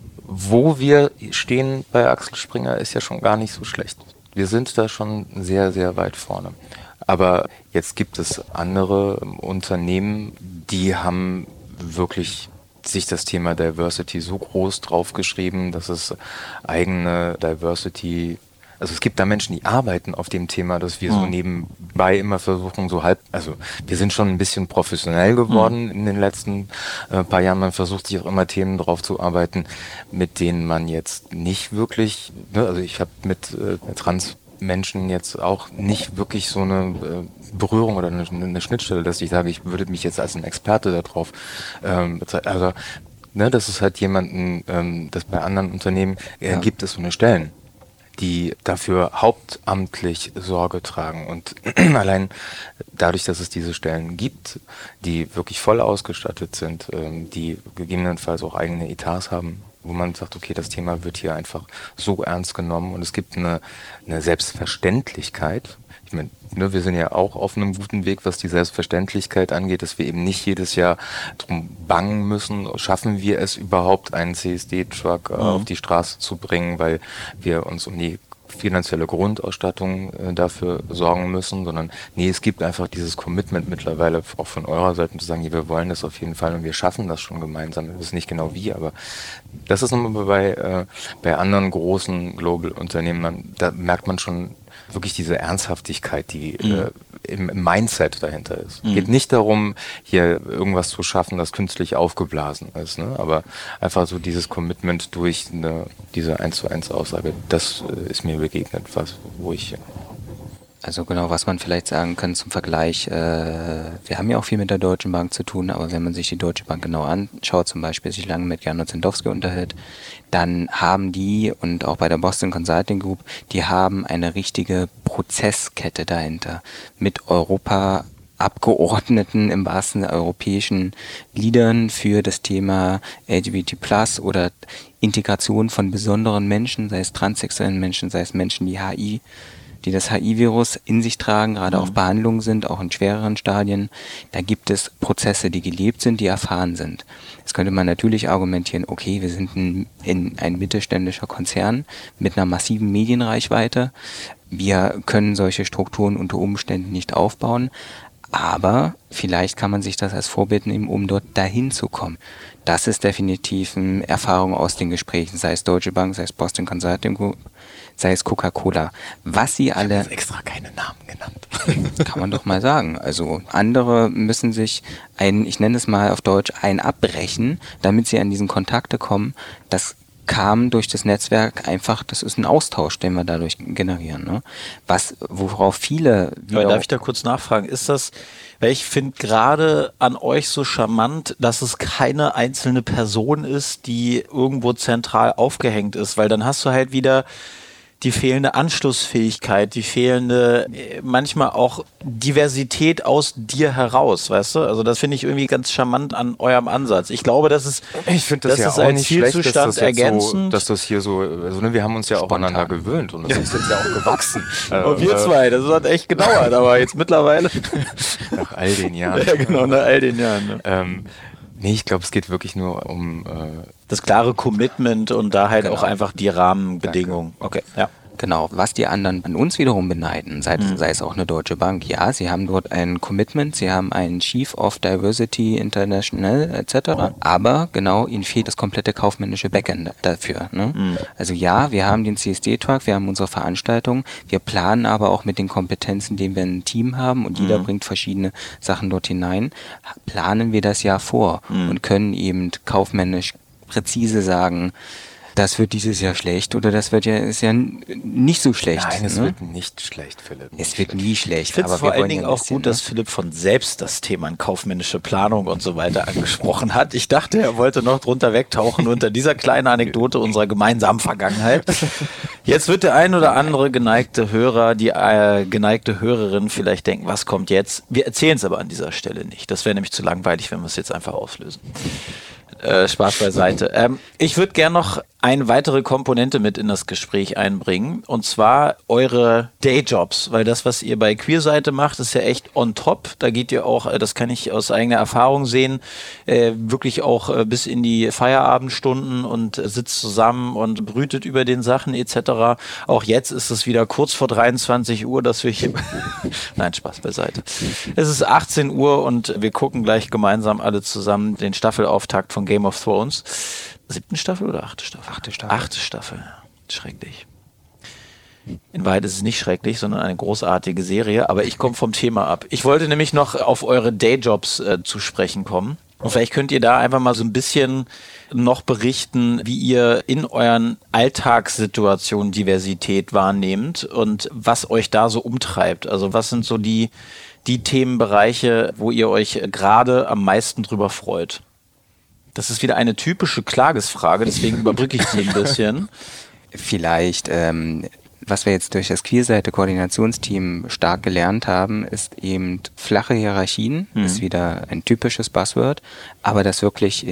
S5: wo wir stehen bei Axel Springer, ist ja schon gar nicht so schlecht. Wir sind da schon sehr, sehr weit vorne. Aber jetzt gibt es andere Unternehmen, die haben wirklich sich das Thema Diversity so groß draufgeschrieben, dass es eigene Diversity, also es gibt da Menschen, die arbeiten auf dem Thema, dass wir mhm. so nebenbei immer versuchen, so halb, also wir sind schon ein bisschen professionell geworden mhm. in den letzten äh, paar Jahren. Man versucht sich auch immer Themen drauf zu arbeiten, mit denen man jetzt nicht wirklich, ne, also ich habe mit äh, Trans-Menschen jetzt auch nicht wirklich so eine äh, Berührung oder eine, eine Schnittstelle, dass ich sage, ich würde mich jetzt als ein Experte darauf ähm, bezeichnen. Also, ne, das ist halt jemanden, ähm, das bei anderen Unternehmen äh, ja. gibt es so eine Stellen, die dafür hauptamtlich Sorge tragen. Und allein dadurch, dass es diese Stellen gibt, die wirklich voll ausgestattet sind, ähm, die gegebenenfalls auch eigene Etats haben, wo man sagt, okay, das Thema wird hier einfach so ernst genommen und es gibt eine, eine Selbstverständlichkeit. Ich meine, ne, wir sind ja auch auf einem guten Weg, was die Selbstverständlichkeit angeht, dass wir eben nicht jedes Jahr drum bangen müssen, schaffen wir es überhaupt, einen C S D-Truck äh, mhm. auf die Straße zu bringen, weil wir uns um die finanzielle Grundausstattung äh, dafür sorgen müssen, sondern nee, es gibt einfach dieses Commitment mittlerweile auch von eurer Seite zu sagen, ja, wir wollen das auf jeden Fall und wir schaffen das schon gemeinsam. Wir wissen nicht genau wie, aber das ist nochmal bei, äh, bei anderen großen Global-Unternehmen, da merkt man schon wirklich diese Ernsthaftigkeit, die mhm. äh, im, im Mindset dahinter ist. Es mhm. geht nicht darum, hier irgendwas zu schaffen, das künstlich aufgeblasen ist, ne? Aber einfach so dieses Commitment durch eine, diese eins zu eins Aussage, das äh, ist mir begegnet, was, wo ich...
S3: Also genau, was man vielleicht sagen kann zum Vergleich, äh, wir haben ja auch viel mit der Deutschen Bank zu tun, aber wenn man sich die Deutsche Bank genau anschaut, zum Beispiel sich lange mit Jan Zendowski unterhält, dann haben die und auch bei der Boston Consulting Group, die haben eine richtige Prozesskette dahinter mit Europa Abgeordneten im wahrsten Sinne europäischen Leadern für das Thema L G B T plus oder Integration von besonderen Menschen, sei es transsexuellen Menschen, sei es Menschen, die H I die das H I-Virus in sich tragen, gerade mhm. auf Behandlung sind, auch in schwereren Stadien. Da gibt es Prozesse, die gelebt sind, die erfahren sind. Jetzt könnte man natürlich argumentieren, okay, wir sind ein, in ein mittelständischer Konzern mit einer massiven Medienreichweite. Wir können solche Strukturen unter Umständen nicht aufbauen. Aber vielleicht kann man sich das als Vorbild nehmen, um dort dahin zu kommen. Das ist definitiv eine Erfahrung aus den Gesprächen, sei es Deutsche Bank, sei es Boston Consulting Group, sei es Coca-Cola. Was sie alle...
S5: Ich habe extra keine Namen genannt.
S3: Kann man doch mal sagen. Also andere müssen sich ein, ich nenne es mal auf Deutsch, ein abbrechen, damit sie an diesen Kontakte kommen. Das kam durch das Netzwerk einfach, das ist ein Austausch, den wir dadurch generieren. Ne? Was, worauf viele...
S2: Aber darf ich da kurz nachfragen, ist das, weil ich finde gerade an euch so charmant, dass es keine einzelne Person ist, die irgendwo zentral aufgehängt ist, weil dann hast du halt wieder die fehlende Anschlussfähigkeit, die fehlende, manchmal auch Diversität aus dir heraus, weißt du? Also das finde ich irgendwie ganz charmant an eurem Ansatz. Ich glaube, das ist,
S5: ich finde das, das
S2: ja
S5: auch nicht schlecht, dass das,
S2: ergänzend.
S5: So, dass das hier so, also ne, wir haben uns ja
S3: Spontan.
S5: auch aneinander gewöhnt und das ist jetzt ja auch gewachsen.
S2: Und wir zwei, das hat echt gedauert, aber jetzt mittlerweile.
S5: Nach all den Jahren.
S2: Ja, genau, nach all den Jahren. Ne?
S5: Ähm, nee, ich glaube, es geht wirklich nur um... Äh,
S2: das klare Commitment und da halt
S3: genau.
S2: auch einfach die Rahmenbedingungen.
S3: Danke. Okay, ja. Genau, was die anderen an uns wiederum beneiden, sei, mhm. sei es auch eine Deutsche Bank, ja, sie haben dort ein Commitment, sie haben einen Chief of Diversity International et cetera, aber genau, ihnen fehlt das komplette kaufmännische Backend dafür. Ne? Mhm. Also ja, wir haben den C S D-Truck, wir haben unsere Veranstaltung, wir planen aber auch mit den Kompetenzen, die wir ein Team haben und jeder mhm. bringt verschiedene Sachen dort hinein, planen wir das Jahr vor mhm. und können eben kaufmännisch präzise sagen, das wird dieses Jahr schlecht oder das wird ja, ist ja nicht so schlecht.
S5: Nein, es
S3: ne?
S5: wird nicht schlecht, Philipp.
S3: Es wird nie schlecht.
S2: Ich finde es vor allen Dingen
S3: ja
S2: auch
S3: bisschen,
S2: gut, dass Philipp von selbst das Thema kaufmännische Planung und so weiter angesprochen hat. Ich dachte, er wollte noch drunter wegtauchen unter dieser kleinen Anekdote unserer gemeinsamen Vergangenheit. Jetzt wird der ein oder andere geneigte Hörer, die äh, geneigte Hörerin vielleicht denken, was kommt jetzt? Wir erzählen es aber an dieser Stelle nicht. Das wäre nämlich zu langweilig, wenn wir es jetzt einfach auflösen. Äh, Spaß beiseite. Ähm, ich würde gerne noch eine weitere Komponente mit in das Gespräch einbringen, und zwar eure Dayjobs, weil das, was ihr bei Queerseite macht, ist ja echt on top. Da geht ihr auch, das kann ich aus eigener Erfahrung sehen, äh, wirklich auch äh, bis in die Feierabendstunden und äh, sitzt zusammen und brütet über den Sachen et cetera. Auch jetzt ist es wieder kurz vor dreiundzwanzig Uhr, dass wir hier... Nein, Spaß beiseite. Es ist achtzehn Uhr und wir gucken gleich gemeinsam alle zusammen den Staffelauftakt von Game of Thrones. Siebten Staffel oder achte Staffel?
S3: Achte Staffel.
S2: Achte Staffel. Schrecklich. In Wahrheit ist es nicht schrecklich, sondern eine großartige Serie. Aber ich komme vom Thema ab. Ich wollte nämlich noch auf eure Dayjobs äh, zu sprechen kommen. Und vielleicht könnt ihr da einfach mal so ein bisschen noch berichten, wie ihr in euren Alltagssituationen Diversität wahrnehmt und was euch da so umtreibt. Also was sind so die, die Themenbereiche, wo ihr euch gerade am meisten drüber freut? Das ist wieder eine typische Klagesfrage, deswegen überbrücke ich die ein bisschen.
S3: Vielleicht, ähm, was wir jetzt durch das Queerseite-Koordinationsteam stark gelernt haben, ist eben flache Hierarchien, mhm. ist wieder ein typisches Buzzword, aber das wirklich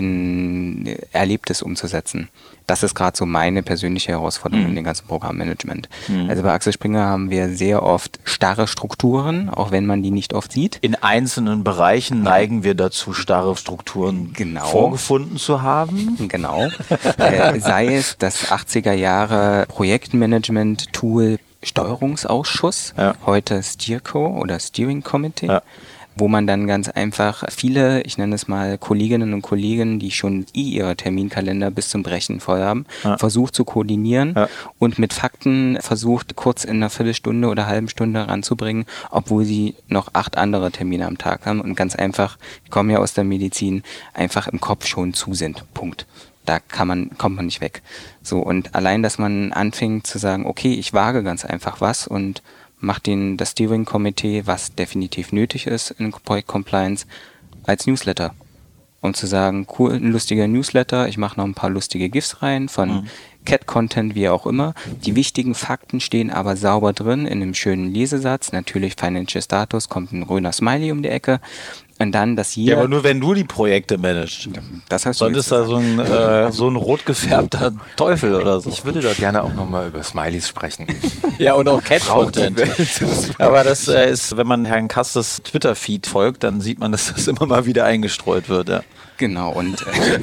S3: in Erlebtes umzusetzen. Das ist gerade so meine persönliche Herausforderung mhm. in dem ganzen Programmmanagement. Mhm. Also bei Axel Springer haben wir sehr oft starre Strukturen, auch wenn man die nicht oft sieht.
S2: In einzelnen Bereichen neigen wir dazu, starre Strukturen genau. vorgefunden zu haben.
S3: Genau. äh, sei es das achtziger Jahre Projektmanagement-Tool Steuerungsausschuss, ja. heute Steerco oder Steering Committee. Ja. Wo man dann ganz einfach viele, ich nenne es mal Kolleginnen und Kollegen, die schon eh ihre Terminkalender bis zum Brechen voll haben, ja. versucht zu koordinieren ja. und mit Fakten versucht, kurz in einer Viertelstunde oder halben Stunde ranzubringen, obwohl sie noch acht andere Termine am Tag haben und ganz einfach, ich komme ja aus der Medizin, einfach im Kopf schon zu sind. Punkt. Da kann man, kommt man nicht weg. So, und allein, dass man anfängt zu sagen, okay, ich wage ganz einfach was und macht den, das Steering-Komitee, was definitiv nötig ist in Projekt Compliance, als Newsletter. Um zu sagen, cool, ein lustiger Newsletter, ich mache noch ein paar lustige GIFs rein von mhm. Cat-Content, wie auch immer. Die wichtigen Fakten stehen aber sauber drin in einem schönen Lesesatz. Natürlich Financial Status, kommt ein grüner Smiley um die Ecke. Und dann, dass jeder...
S2: Ja, aber nur wenn du die Projekte managst.
S3: Das heißt,
S2: sonst ist da so ein, äh, so ein rot gefärbter Teufel oder so.
S5: Ich würde da gerne auch nochmal über Smileys sprechen.
S2: Ja, und auch Cat-Content. Aber das äh, ist, wenn man Herrn Kastes Twitter-Feed folgt, dann sieht man, dass das immer mal wieder eingestreut wird. Ja.
S3: Genau, und, äh,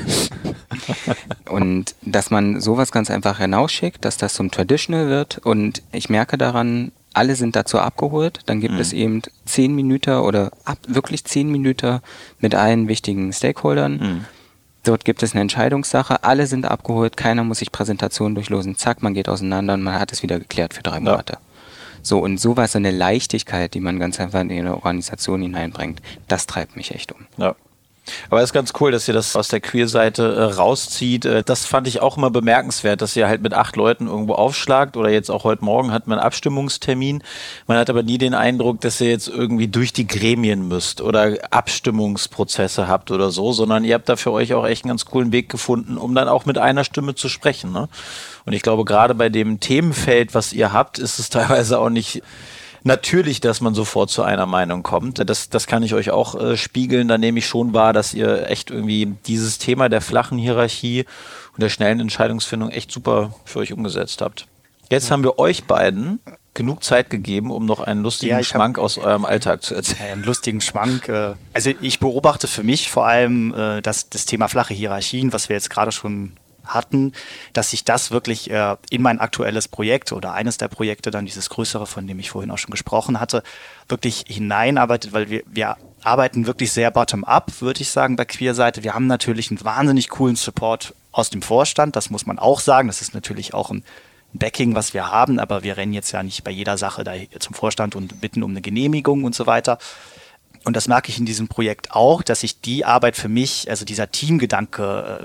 S3: und dass man sowas ganz einfach hinausschickt, dass das zum Traditional wird. Und ich merke daran, alle sind dazu abgeholt, dann gibt mhm. es eben zehn Minuten oder ab, wirklich zehn Minuten mit allen wichtigen Stakeholdern. Mhm. Dort gibt es eine Entscheidungssache, alle sind abgeholt, keiner muss sich Präsentationen durchlosen, zack, man geht auseinander und man hat es wieder geklärt für drei Monate. Ja. So, und sowas, so eine Leichtigkeit, die man ganz einfach in eine Organisation hineinbringt, das treibt mich echt um.
S2: Ja. Aber es ist ganz cool, dass ihr das aus der Queer-Seite äh, rauszieht. Äh, das fand ich auch immer bemerkenswert, dass ihr halt mit acht Leuten irgendwo aufschlagt oder jetzt auch heute Morgen hat man einen Abstimmungstermin. Man hat aber nie den Eindruck, dass ihr jetzt irgendwie durch die Gremien müsst oder Abstimmungsprozesse habt oder so, sondern ihr habt da für euch auch echt einen ganz coolen Weg gefunden, um dann auch mit einer Stimme zu sprechen. Ne? Und ich glaube, gerade bei dem Themenfeld, was ihr habt, ist es teilweise auch nicht... Natürlich, dass man sofort zu einer Meinung kommt. Das, das kann ich euch auch äh, spiegeln. Da nehme ich schon wahr, dass ihr echt irgendwie dieses Thema der flachen Hierarchie und der schnellen Entscheidungsfindung echt super für euch umgesetzt habt. Jetzt haben wir euch beiden genug Zeit gegeben, um noch einen lustigen ja, Schmank aus eurem Alltag zu erzählen.
S4: Einen lustigen Schmank. Äh, also ich beobachte für mich vor allem äh, das, das Thema flache Hierarchien, was wir jetzt gerade schon hatten, dass sich das wirklich äh, in mein aktuelles Projekt oder eines der Projekte, dann dieses größere, von dem ich vorhin auch schon gesprochen hatte, wirklich hineinarbeitet, weil wir, wir arbeiten wirklich sehr bottom-up, würde ich sagen, bei Queerseite. Wir haben natürlich einen wahnsinnig coolen Support aus dem Vorstand, das muss man auch sagen. Das ist natürlich auch ein Backing, was wir haben, aber wir rennen jetzt ja nicht bei jeder Sache da zum Vorstand und bitten um eine Genehmigung und so weiter. Und das merke ich in diesem Projekt auch, dass sich die Arbeit für mich, also dieser Teamgedanke, ähm,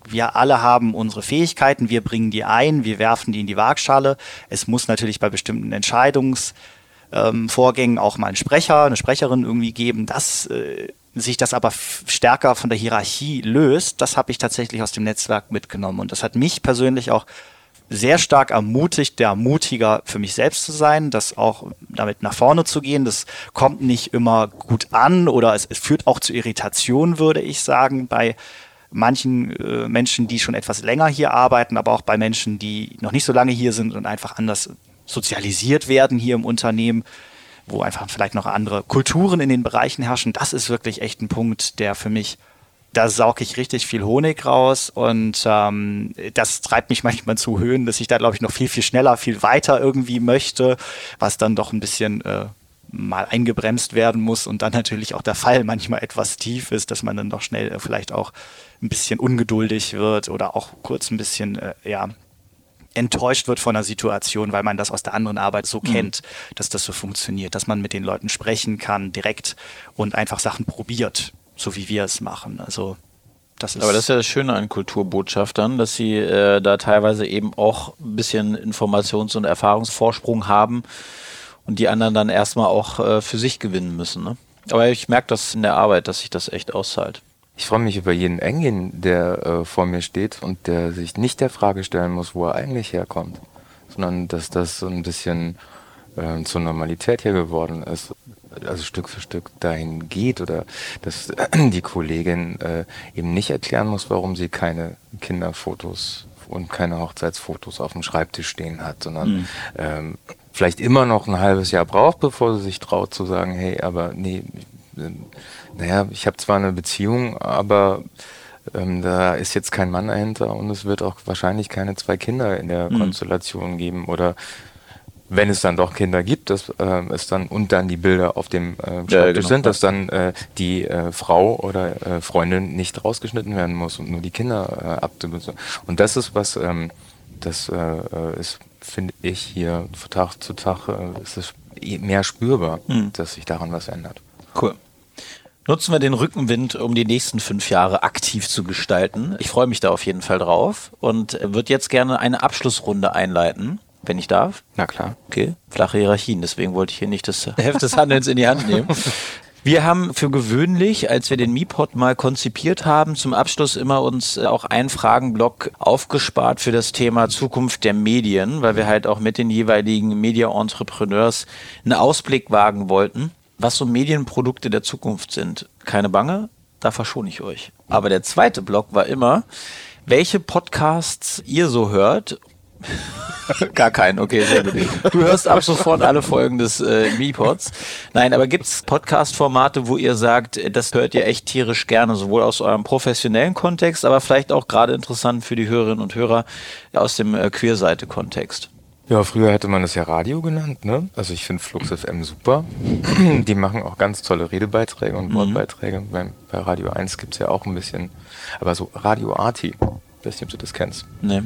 S4: Wir alle haben unsere Fähigkeiten, wir bringen die ein, wir werfen die in die Waagschale. Es muss natürlich bei bestimmten Entscheidungsvorgängen ähm, auch mal einen Sprecher, eine Sprecherin irgendwie geben, dass äh, sich das aber f- stärker von der Hierarchie löst. Das habe ich tatsächlich aus dem Netzwerk mitgenommen und das hat mich persönlich auch sehr stark ermutigt, der Mutiger für mich selbst zu sein, das auch damit nach vorne zu gehen. Das kommt nicht immer gut an oder es, es führt auch zu Irritation, würde ich sagen, bei manchen äh, Menschen, die schon etwas länger hier arbeiten, aber auch bei Menschen, die noch nicht so lange hier sind und einfach anders sozialisiert werden hier im Unternehmen, wo einfach vielleicht noch andere Kulturen in den Bereichen herrschen. Das ist wirklich echt ein Punkt, der für mich, da sauge ich richtig viel Honig raus und ähm, das treibt mich manchmal zu Höhen, dass ich da, glaube ich, noch viel, viel schneller, viel weiter irgendwie möchte, was dann doch ein bisschen äh, mal eingebremst werden muss und dann natürlich auch der Fall manchmal etwas tief ist, dass man dann doch schnell äh, vielleicht auch ein bisschen ungeduldig wird oder auch kurz ein bisschen, äh, ja, enttäuscht wird von der Situation, weil man das aus der anderen Arbeit so mhm. kennt, dass das so funktioniert, dass man mit den Leuten sprechen kann, direkt und einfach Sachen probiert, so wie wir es machen. Also das ist.
S2: Aber das ist ja das Schöne an Kulturbotschaftern, dass sie äh, da teilweise eben auch ein bisschen Informations- und Erfahrungsvorsprung haben und die anderen dann erstmal auch äh, für sich gewinnen müssen. Ne? Aber ich merke das in der Arbeit, dass sich das echt auszahlt.
S5: Ich freue mich über jeden Engin, der äh, vor mir steht und der sich nicht der Frage stellen muss, wo er eigentlich herkommt, sondern dass das so ein bisschen äh, zur Normalität hier geworden ist, also Stück für Stück dahin geht oder dass die Kollegin äh, eben nicht erklären muss, warum sie keine Kinderfotos und keine Hochzeitsfotos auf dem Schreibtisch stehen hat, sondern mhm. ähm, vielleicht immer noch ein halbes Jahr braucht, bevor sie sich traut zu sagen, hey, aber nee, naja, ich habe zwar eine Beziehung, aber ähm, da ist jetzt kein Mann dahinter und es wird auch wahrscheinlich keine zwei Kinder in der mhm. Konstellation geben oder wenn es dann doch Kinder gibt, dass äh, es dann und dann die Bilder auf dem äh, Schreibtisch ja, genau. sind, dass dann äh, die äh, Frau oder äh, Freundin nicht rausgeschnitten werden muss und nur die Kinder äh, abzubilden. Und das ist was, ähm, das äh, ist, finde ich, hier von Tag zu Tag äh, ist es mehr spürbar, mhm. dass sich daran was ändert.
S2: Cool. Nutzen wir den Rückenwind, um die nächsten fünf Jahre aktiv zu gestalten. Ich freue mich da auf jeden Fall drauf und würde jetzt gerne eine Abschlussrunde einleiten, wenn ich darf.
S3: Na klar.
S2: Okay, flache Hierarchien, deswegen wollte ich hier nicht das Heft des Handelns in die Hand nehmen. Wir haben für gewöhnlich, als wir den MiPod mal konzipiert haben, zum Abschluss immer uns auch einen Fragenblock aufgespart für das Thema Zukunft der Medien, weil wir halt auch mit den jeweiligen Media-Entrepreneurs einen Ausblick wagen wollten, was so Medienprodukte der Zukunft sind. Keine Bange, da verschone ich euch. Aber der zweite Block war immer, welche Podcasts ihr so hört. Gar keinen, okay, sehr gut. Du hörst ab sofort alle Folgen des äh, MiPods. Nein, aber gibt's Podcast-Formate, wo ihr sagt, das hört ihr echt tierisch gerne, sowohl aus eurem professionellen Kontext, aber vielleicht auch gerade interessant für die Hörerinnen und Hörer aus dem äh, Queerseite-Kontext?
S5: Ja, früher hätte man das ja Radio genannt, ne? Also ich finde Flux F M super. Die machen auch ganz tolle Redebeiträge und Wortbeiträge. Mhm. Bei, bei Radio eins gibt's ja auch ein bisschen, aber so Radio Arti, ich weiß nicht, ob du das kennst.
S2: Nee.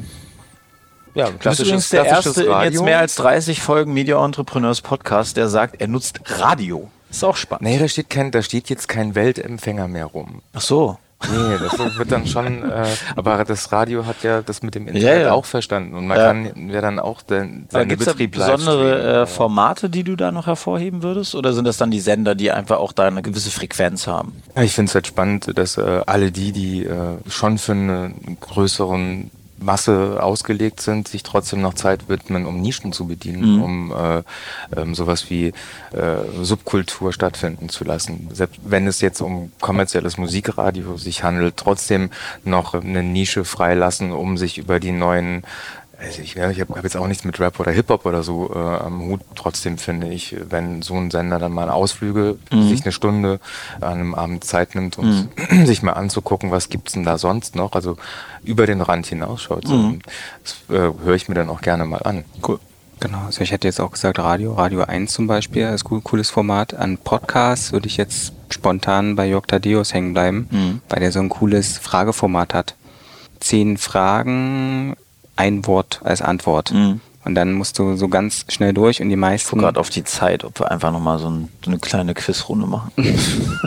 S5: Ja,
S2: du bist übrigens der erste in jetzt mehr als dreißig Folgen Media Entrepreneurs Podcast, der sagt, er nutzt Radio. Ist auch spannend.
S5: Nee, da steht kein, da steht jetzt kein Weltempfänger mehr rum.
S2: Ach so.
S5: Nee, das wird dann schon, äh, aber das Radio hat ja das mit dem Internet
S2: ja, ja.
S5: auch verstanden und man
S2: ja.
S5: kann ja dann auch den, seinen
S2: Gibt's
S5: Betrieb
S2: da besondere äh, Formate, die du da noch hervorheben würdest oder sind das dann die Sender, die einfach auch da eine gewisse Frequenz haben?
S5: Ja, ich finde es halt spannend, dass äh, alle die, die äh, schon für einen größeren Masse ausgelegt sind, sich trotzdem noch Zeit widmen, um Nischen zu bedienen, mhm. um äh, ähm, sowas wie äh, Subkultur stattfinden zu lassen. Selbst wenn es jetzt um kommerzielles Musikradio sich handelt, trotzdem noch eine Nische freilassen, um sich über die neuen Also ich, ich habe hab jetzt auch nichts mit Rap oder Hip-Hop oder so äh, am Hut. Trotzdem finde ich, wenn so ein Sender dann mal Ausflüge, mhm. sich eine Stunde an einem Abend Zeit nimmt und mhm. sich mal anzugucken, was gibt's denn da sonst noch, also über den Rand hinausschaut. So. Mhm. Das äh, höre ich mir dann auch gerne mal an.
S3: Cool. Genau, also ich hätte jetzt auch gesagt Radio, Radio eins zum Beispiel, ist ein cooles Format. An Podcasts würde ich jetzt spontan bei Jörg Thaddeus hängen bleiben, mhm. weil der so ein cooles Frageformat hat. Zehn Fragen, ein Wort als Antwort. Mhm. Und dann musst du so ganz schnell durch und die meisten...
S2: Ich gucke gerade auf die Zeit, ob wir einfach nochmal so, ein, so eine kleine Quizrunde machen.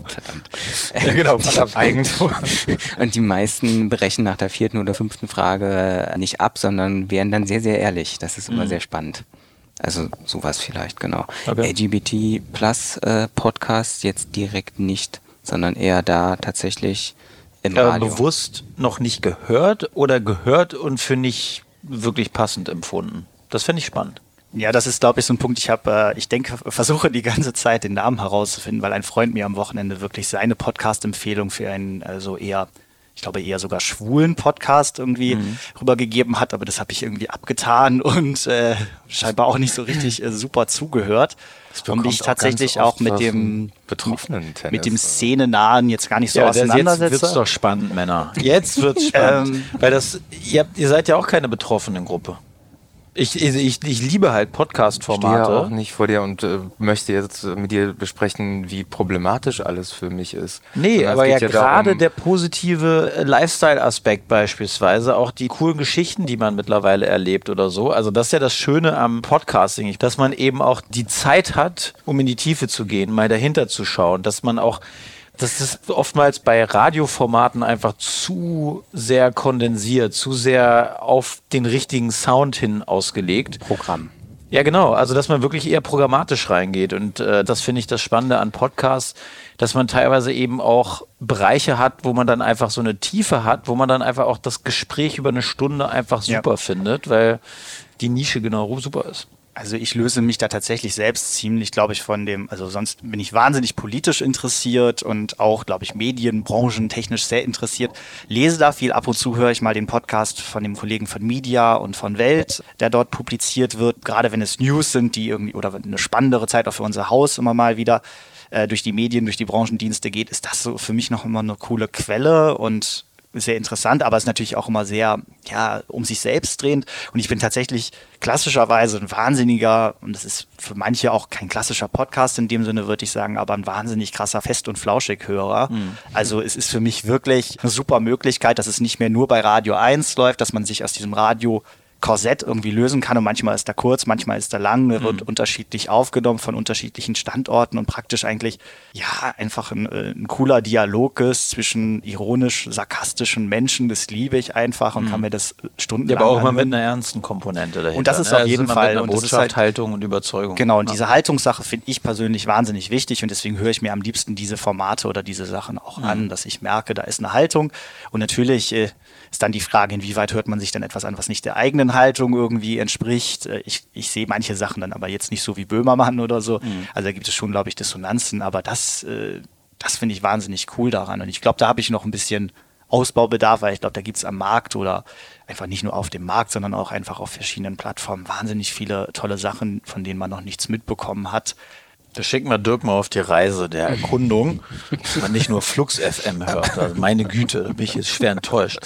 S3: Verdammt.
S2: Ja, genau, verdammt.
S3: Eigentum. Und die meisten brechen nach der vierten oder fünften Frage nicht ab, sondern wären dann sehr, sehr ehrlich. Das ist immer mhm. sehr spannend. Also sowas vielleicht, genau. Okay. L G B T Plus äh, Podcast jetzt direkt nicht, sondern eher da tatsächlich im
S2: Aber
S3: Radio.
S2: bewusst noch nicht gehört oder gehört und für nicht wirklich passend empfunden? Das fände ich spannend.
S4: Ja, das ist, glaube ich, so ein Punkt. Ich habe, äh, ich denke, versuche die ganze Zeit den Namen herauszufinden, weil ein Freund mir am Wochenende wirklich seine Podcast-Empfehlung für einen, also eher, ich glaube eher sogar schwulen Podcast irgendwie mhm. rübergegeben hat, aber das habe ich irgendwie abgetan und äh, scheinbar auch nicht so richtig äh, super zugehört. Und mich tatsächlich auch, auch mit dem
S5: betroffenen Tennis,
S4: mit dem Szenenahen jetzt gar nicht so
S2: ja,
S4: auseinandersetze.
S2: Jetzt wird's doch spannend, Männer. Jetzt wird's spannend. ähm, weil das, ihr, habt, ihr seid ja auch keine betroffenen Gruppe. Ich, ich, ich liebe halt Podcast-Formate.
S5: Ich stehe ja auch nicht vor dir und äh, möchte jetzt mit dir besprechen, wie problematisch alles für mich ist.
S2: Nee,
S5: Sondern
S2: aber ja,
S5: ja
S2: gerade der positive Lifestyle-Aspekt beispielsweise, auch die coolen Geschichten, die man mittlerweile erlebt oder so. Also das ist ja das Schöne am Podcasting, dass man eben auch die Zeit hat, um in die Tiefe zu gehen, mal dahinter zu schauen, dass man auch das ist oftmals bei Radioformaten einfach zu sehr kondensiert, zu sehr auf den richtigen Sound hin ausgelegt.
S3: Programm.
S2: Ja, genau. Also, dass man wirklich eher programmatisch reingeht. Und äh, das finde ich das Spannende an Podcasts, dass man teilweise eben auch Bereiche hat, wo man dann einfach so eine Tiefe hat, wo man dann einfach auch das Gespräch über eine Stunde einfach super ja. findet, weil die Nische genau super ist.
S4: Also ich löse mich da tatsächlich selbst ziemlich, glaube ich, von dem, also sonst bin ich wahnsinnig politisch interessiert und auch, glaube ich, Medienbranchen technisch sehr interessiert. Lese da viel, ab und zu höre ich mal den Podcast von dem Kollegen von Media und von Welt, der dort publiziert wird, gerade wenn es News sind, die irgendwie, oder eine spannendere Zeit auch für unser Haus immer mal wieder äh, durch die Medien, durch die Branchendienste geht, ist das so für mich noch immer eine coole Quelle und sehr interessant, aber es ist natürlich auch immer sehr, ja, um sich selbst drehend. Und ich bin tatsächlich klassischerweise ein wahnsinniger, und das ist für manche auch kein klassischer Podcast in dem Sinne, würde ich sagen, aber ein wahnsinnig krasser Fest- und Flauschig-Hörer. Mhm. Also es ist für mich wirklich eine super Möglichkeit, dass es nicht mehr nur bei Radio eins läuft, dass man sich aus diesem Radio Korsett irgendwie lösen kann und manchmal ist er kurz, manchmal ist er lang, er wird mhm. unterschiedlich aufgenommen von unterschiedlichen Standorten und praktisch eigentlich, ja, einfach ein, ein cooler Dialog ist zwischen ironisch-sarkastischen Menschen, das liebe ich einfach und mhm. kann mir das stundenlang
S2: Ja, aber auch
S4: anhören.
S2: immer mit einer ernsten Komponente dahinter.
S4: Und das ist
S2: ne?
S4: auf jeden
S2: also
S4: Fall.
S2: Mit einer
S4: und das
S2: Botschaft,
S4: ist halt,
S2: Haltung und Überzeugung.
S4: Genau, und
S2: ja.
S4: diese Haltungssache finde ich persönlich wahnsinnig wichtig und deswegen höre ich mir am liebsten diese Formate oder diese Sachen auch mhm. an, dass ich merke, da ist eine Haltung und natürlich äh, ist dann die Frage, inwieweit hört man sich dann etwas an, was nicht der eigenen Haltung irgendwie entspricht. Ich, ich sehe manche Sachen dann aber jetzt nicht so wie Böhmermann oder so. Mhm. Also da gibt es schon, glaube ich, Dissonanzen, aber das, äh, das finde ich wahnsinnig cool daran. Und ich glaube, da habe ich noch ein bisschen Ausbaubedarf, weil ich glaube, da gibt es am Markt oder einfach nicht nur auf dem Markt, sondern auch einfach auf verschiedenen Plattformen wahnsinnig viele tolle Sachen, von denen man noch nichts mitbekommen hat.
S2: Da schicken wir Dirk mal auf die Reise der Erkundung, dass man nicht nur Flux F M hört. Also meine Güte, da bin ich jetzt schwer enttäuscht.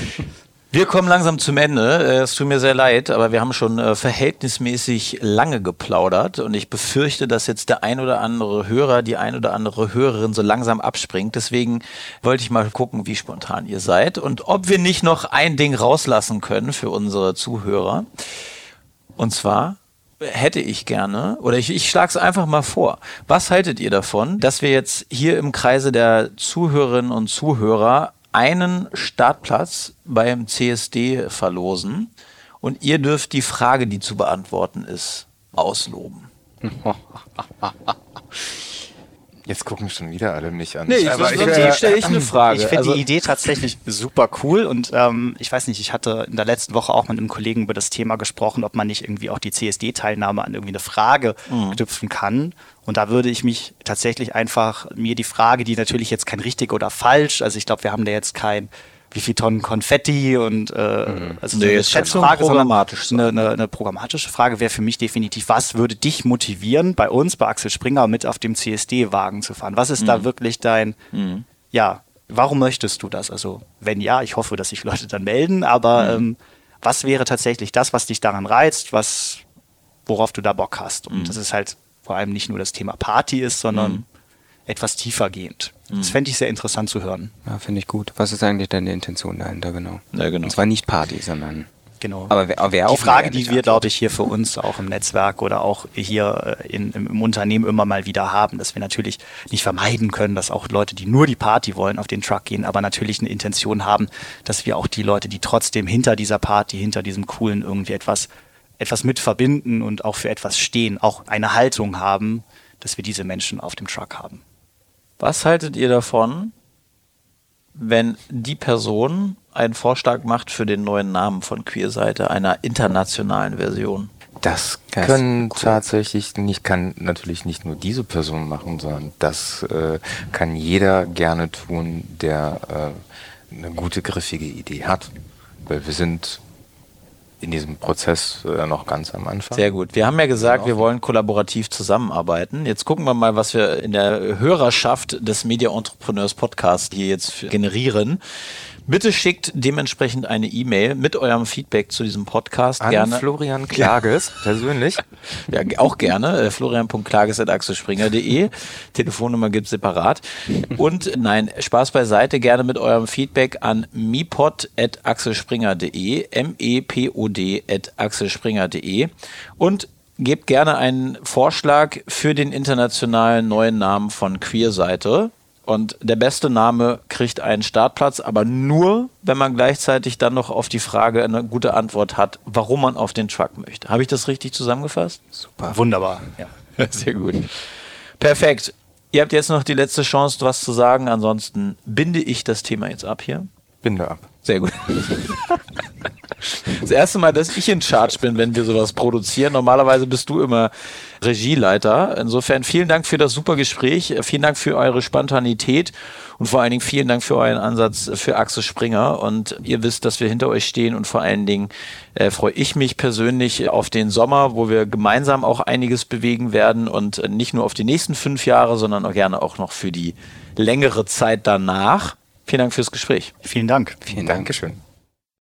S2: Wir kommen langsam zum Ende. Es tut mir sehr leid, aber wir haben schon äh, verhältnismäßig lange geplaudert und ich befürchte, dass jetzt der ein oder andere Hörer, die ein oder andere Hörerin so langsam abspringt. Deswegen wollte ich mal gucken, wie spontan ihr seid und ob wir nicht noch ein Ding rauslassen können für unsere Zuhörer. Und zwar hätte ich gerne, oder ich, ich schlage es einfach mal vor. Was haltet ihr davon, dass wir jetzt hier im Kreise der Zuhörerinnen und Zuhörer einen Startplatz beim C S D verlosen und ihr dürft die Frage, die zu beantworten ist, ausloben?
S5: Jetzt gucken schon wieder alle mich an.
S2: Nee, ich,
S5: aber
S2: ich,
S5: ich,
S2: äh, stelle ich eine Frage.
S4: Ich finde
S2: also,
S4: die Idee tatsächlich super cool und ähm, ich weiß nicht, ich hatte in der letzten Woche auch mit einem Kollegen über das Thema gesprochen, ob man nicht irgendwie auch die C S D-Teilnahme an irgendwie eine Frage mhm. knüpfen kann. Und da würde ich mich tatsächlich einfach mir die Frage, die natürlich jetzt kein richtig oder falsch, also ich glaube, wir haben da jetzt kein wie viel Tonnen Konfetti und äh, mhm. also
S2: nee,
S4: eine
S2: ist
S4: Schätzfrage,
S2: programmatisch
S4: sondern eine, eine, eine programmatische Frage wäre für mich definitiv, was würde dich motivieren, bei uns, bei Axel Springer mit auf dem C S D-Wagen zu fahren? Was ist mhm. da wirklich dein, mhm. ja, warum möchtest du das? Also wenn ja, ich hoffe, dass sich Leute dann melden, aber mhm. ähm, was wäre tatsächlich das, was dich daran reizt, was, worauf du da Bock hast? Und mhm. das ist halt vor allem nicht nur das Thema Party ist, sondern mhm. etwas tiefergehend. Mhm. Das fände ich sehr interessant zu hören.
S3: Ja, finde ich gut. Was ist eigentlich deine Intention dahinter, genau?
S2: Ja, genau.
S3: Und zwar nicht Party, sondern...
S4: Genau.
S3: Aber wer, wer auch
S4: die Frage, die wir, glaube ich, hier für uns auch im Netzwerk oder auch hier in, im Unternehmen immer mal wieder haben, dass wir natürlich nicht vermeiden können, dass auch Leute, die nur die Party wollen, auf den Truck gehen, aber natürlich eine Intention haben, dass wir auch die Leute, die trotzdem hinter dieser Party, hinter diesem Coolen irgendwie etwas, etwas mit verbinden und auch für etwas stehen, auch eine Haltung haben, dass wir diese Menschen auf dem Truck haben.
S2: Was haltet ihr davon, wenn die Person einen Vorschlag macht für den neuen Namen von Queerseite, einer internationalen Version?
S5: Das
S3: Das
S5: können
S3: cool.
S5: tatsächlich nicht, kann natürlich nicht nur diese Person machen, sondern das äh, kann jeder gerne tun, der äh, eine gute, griffige Idee hat. Weil wir sind in diesem Prozess äh, noch ganz am Anfang.
S2: Sehr gut. Wir haben ja gesagt, wir wollen kollaborativ zusammenarbeiten. Jetzt gucken wir mal, was wir in der Hörerschaft des Media Entrepreneurs Podcast hier jetzt generieren. Bitte schickt dementsprechend eine E-Mail mit eurem Feedback zu diesem Podcast.
S5: An
S2: gerne.
S5: Florian Klages, persönlich.
S2: Ja, auch gerne. Äh, florian punkt klages at axel springer punkt de. Telefonnummer gibt's separat. Und nein, Spaß beiseite, gerne mit eurem Feedback an mepod at axel springer punkt de, M E P O D at axel springer punkt de. Und gebt gerne einen Vorschlag für den internationalen neuen Namen von Queerseite. Und der beste Name kriegt einen Startplatz, aber nur, wenn man gleichzeitig dann noch auf die Frage eine gute Antwort hat, warum man auf den Truck möchte. Habe ich das richtig zusammengefasst?
S4: Super. Wunderbar. Ja.
S2: Sehr gut. Perfekt. Ihr habt jetzt noch die letzte Chance, was zu sagen. Ansonsten binde ich das Thema jetzt ab hier.
S5: Binde ab.
S2: Sehr gut. Das erste Mal, dass ich in Charge bin, wenn wir sowas produzieren. Normalerweise bist du immer Regieleiter. Insofern vielen Dank für das super Gespräch. Vielen Dank für eure Spontanität und vor allen Dingen vielen Dank für euren Ansatz für Axel Springer. Und ihr wisst, dass wir hinter euch stehen und vor allen Dingen äh, freue ich mich persönlich auf den Sommer, wo wir gemeinsam auch einiges bewegen werden und nicht nur auf die nächsten fünf Jahre, sondern auch gerne auch noch für die längere Zeit danach. Vielen Dank fürs Gespräch.
S4: Vielen Dank.
S3: Vielen Dank.
S5: Dankeschön.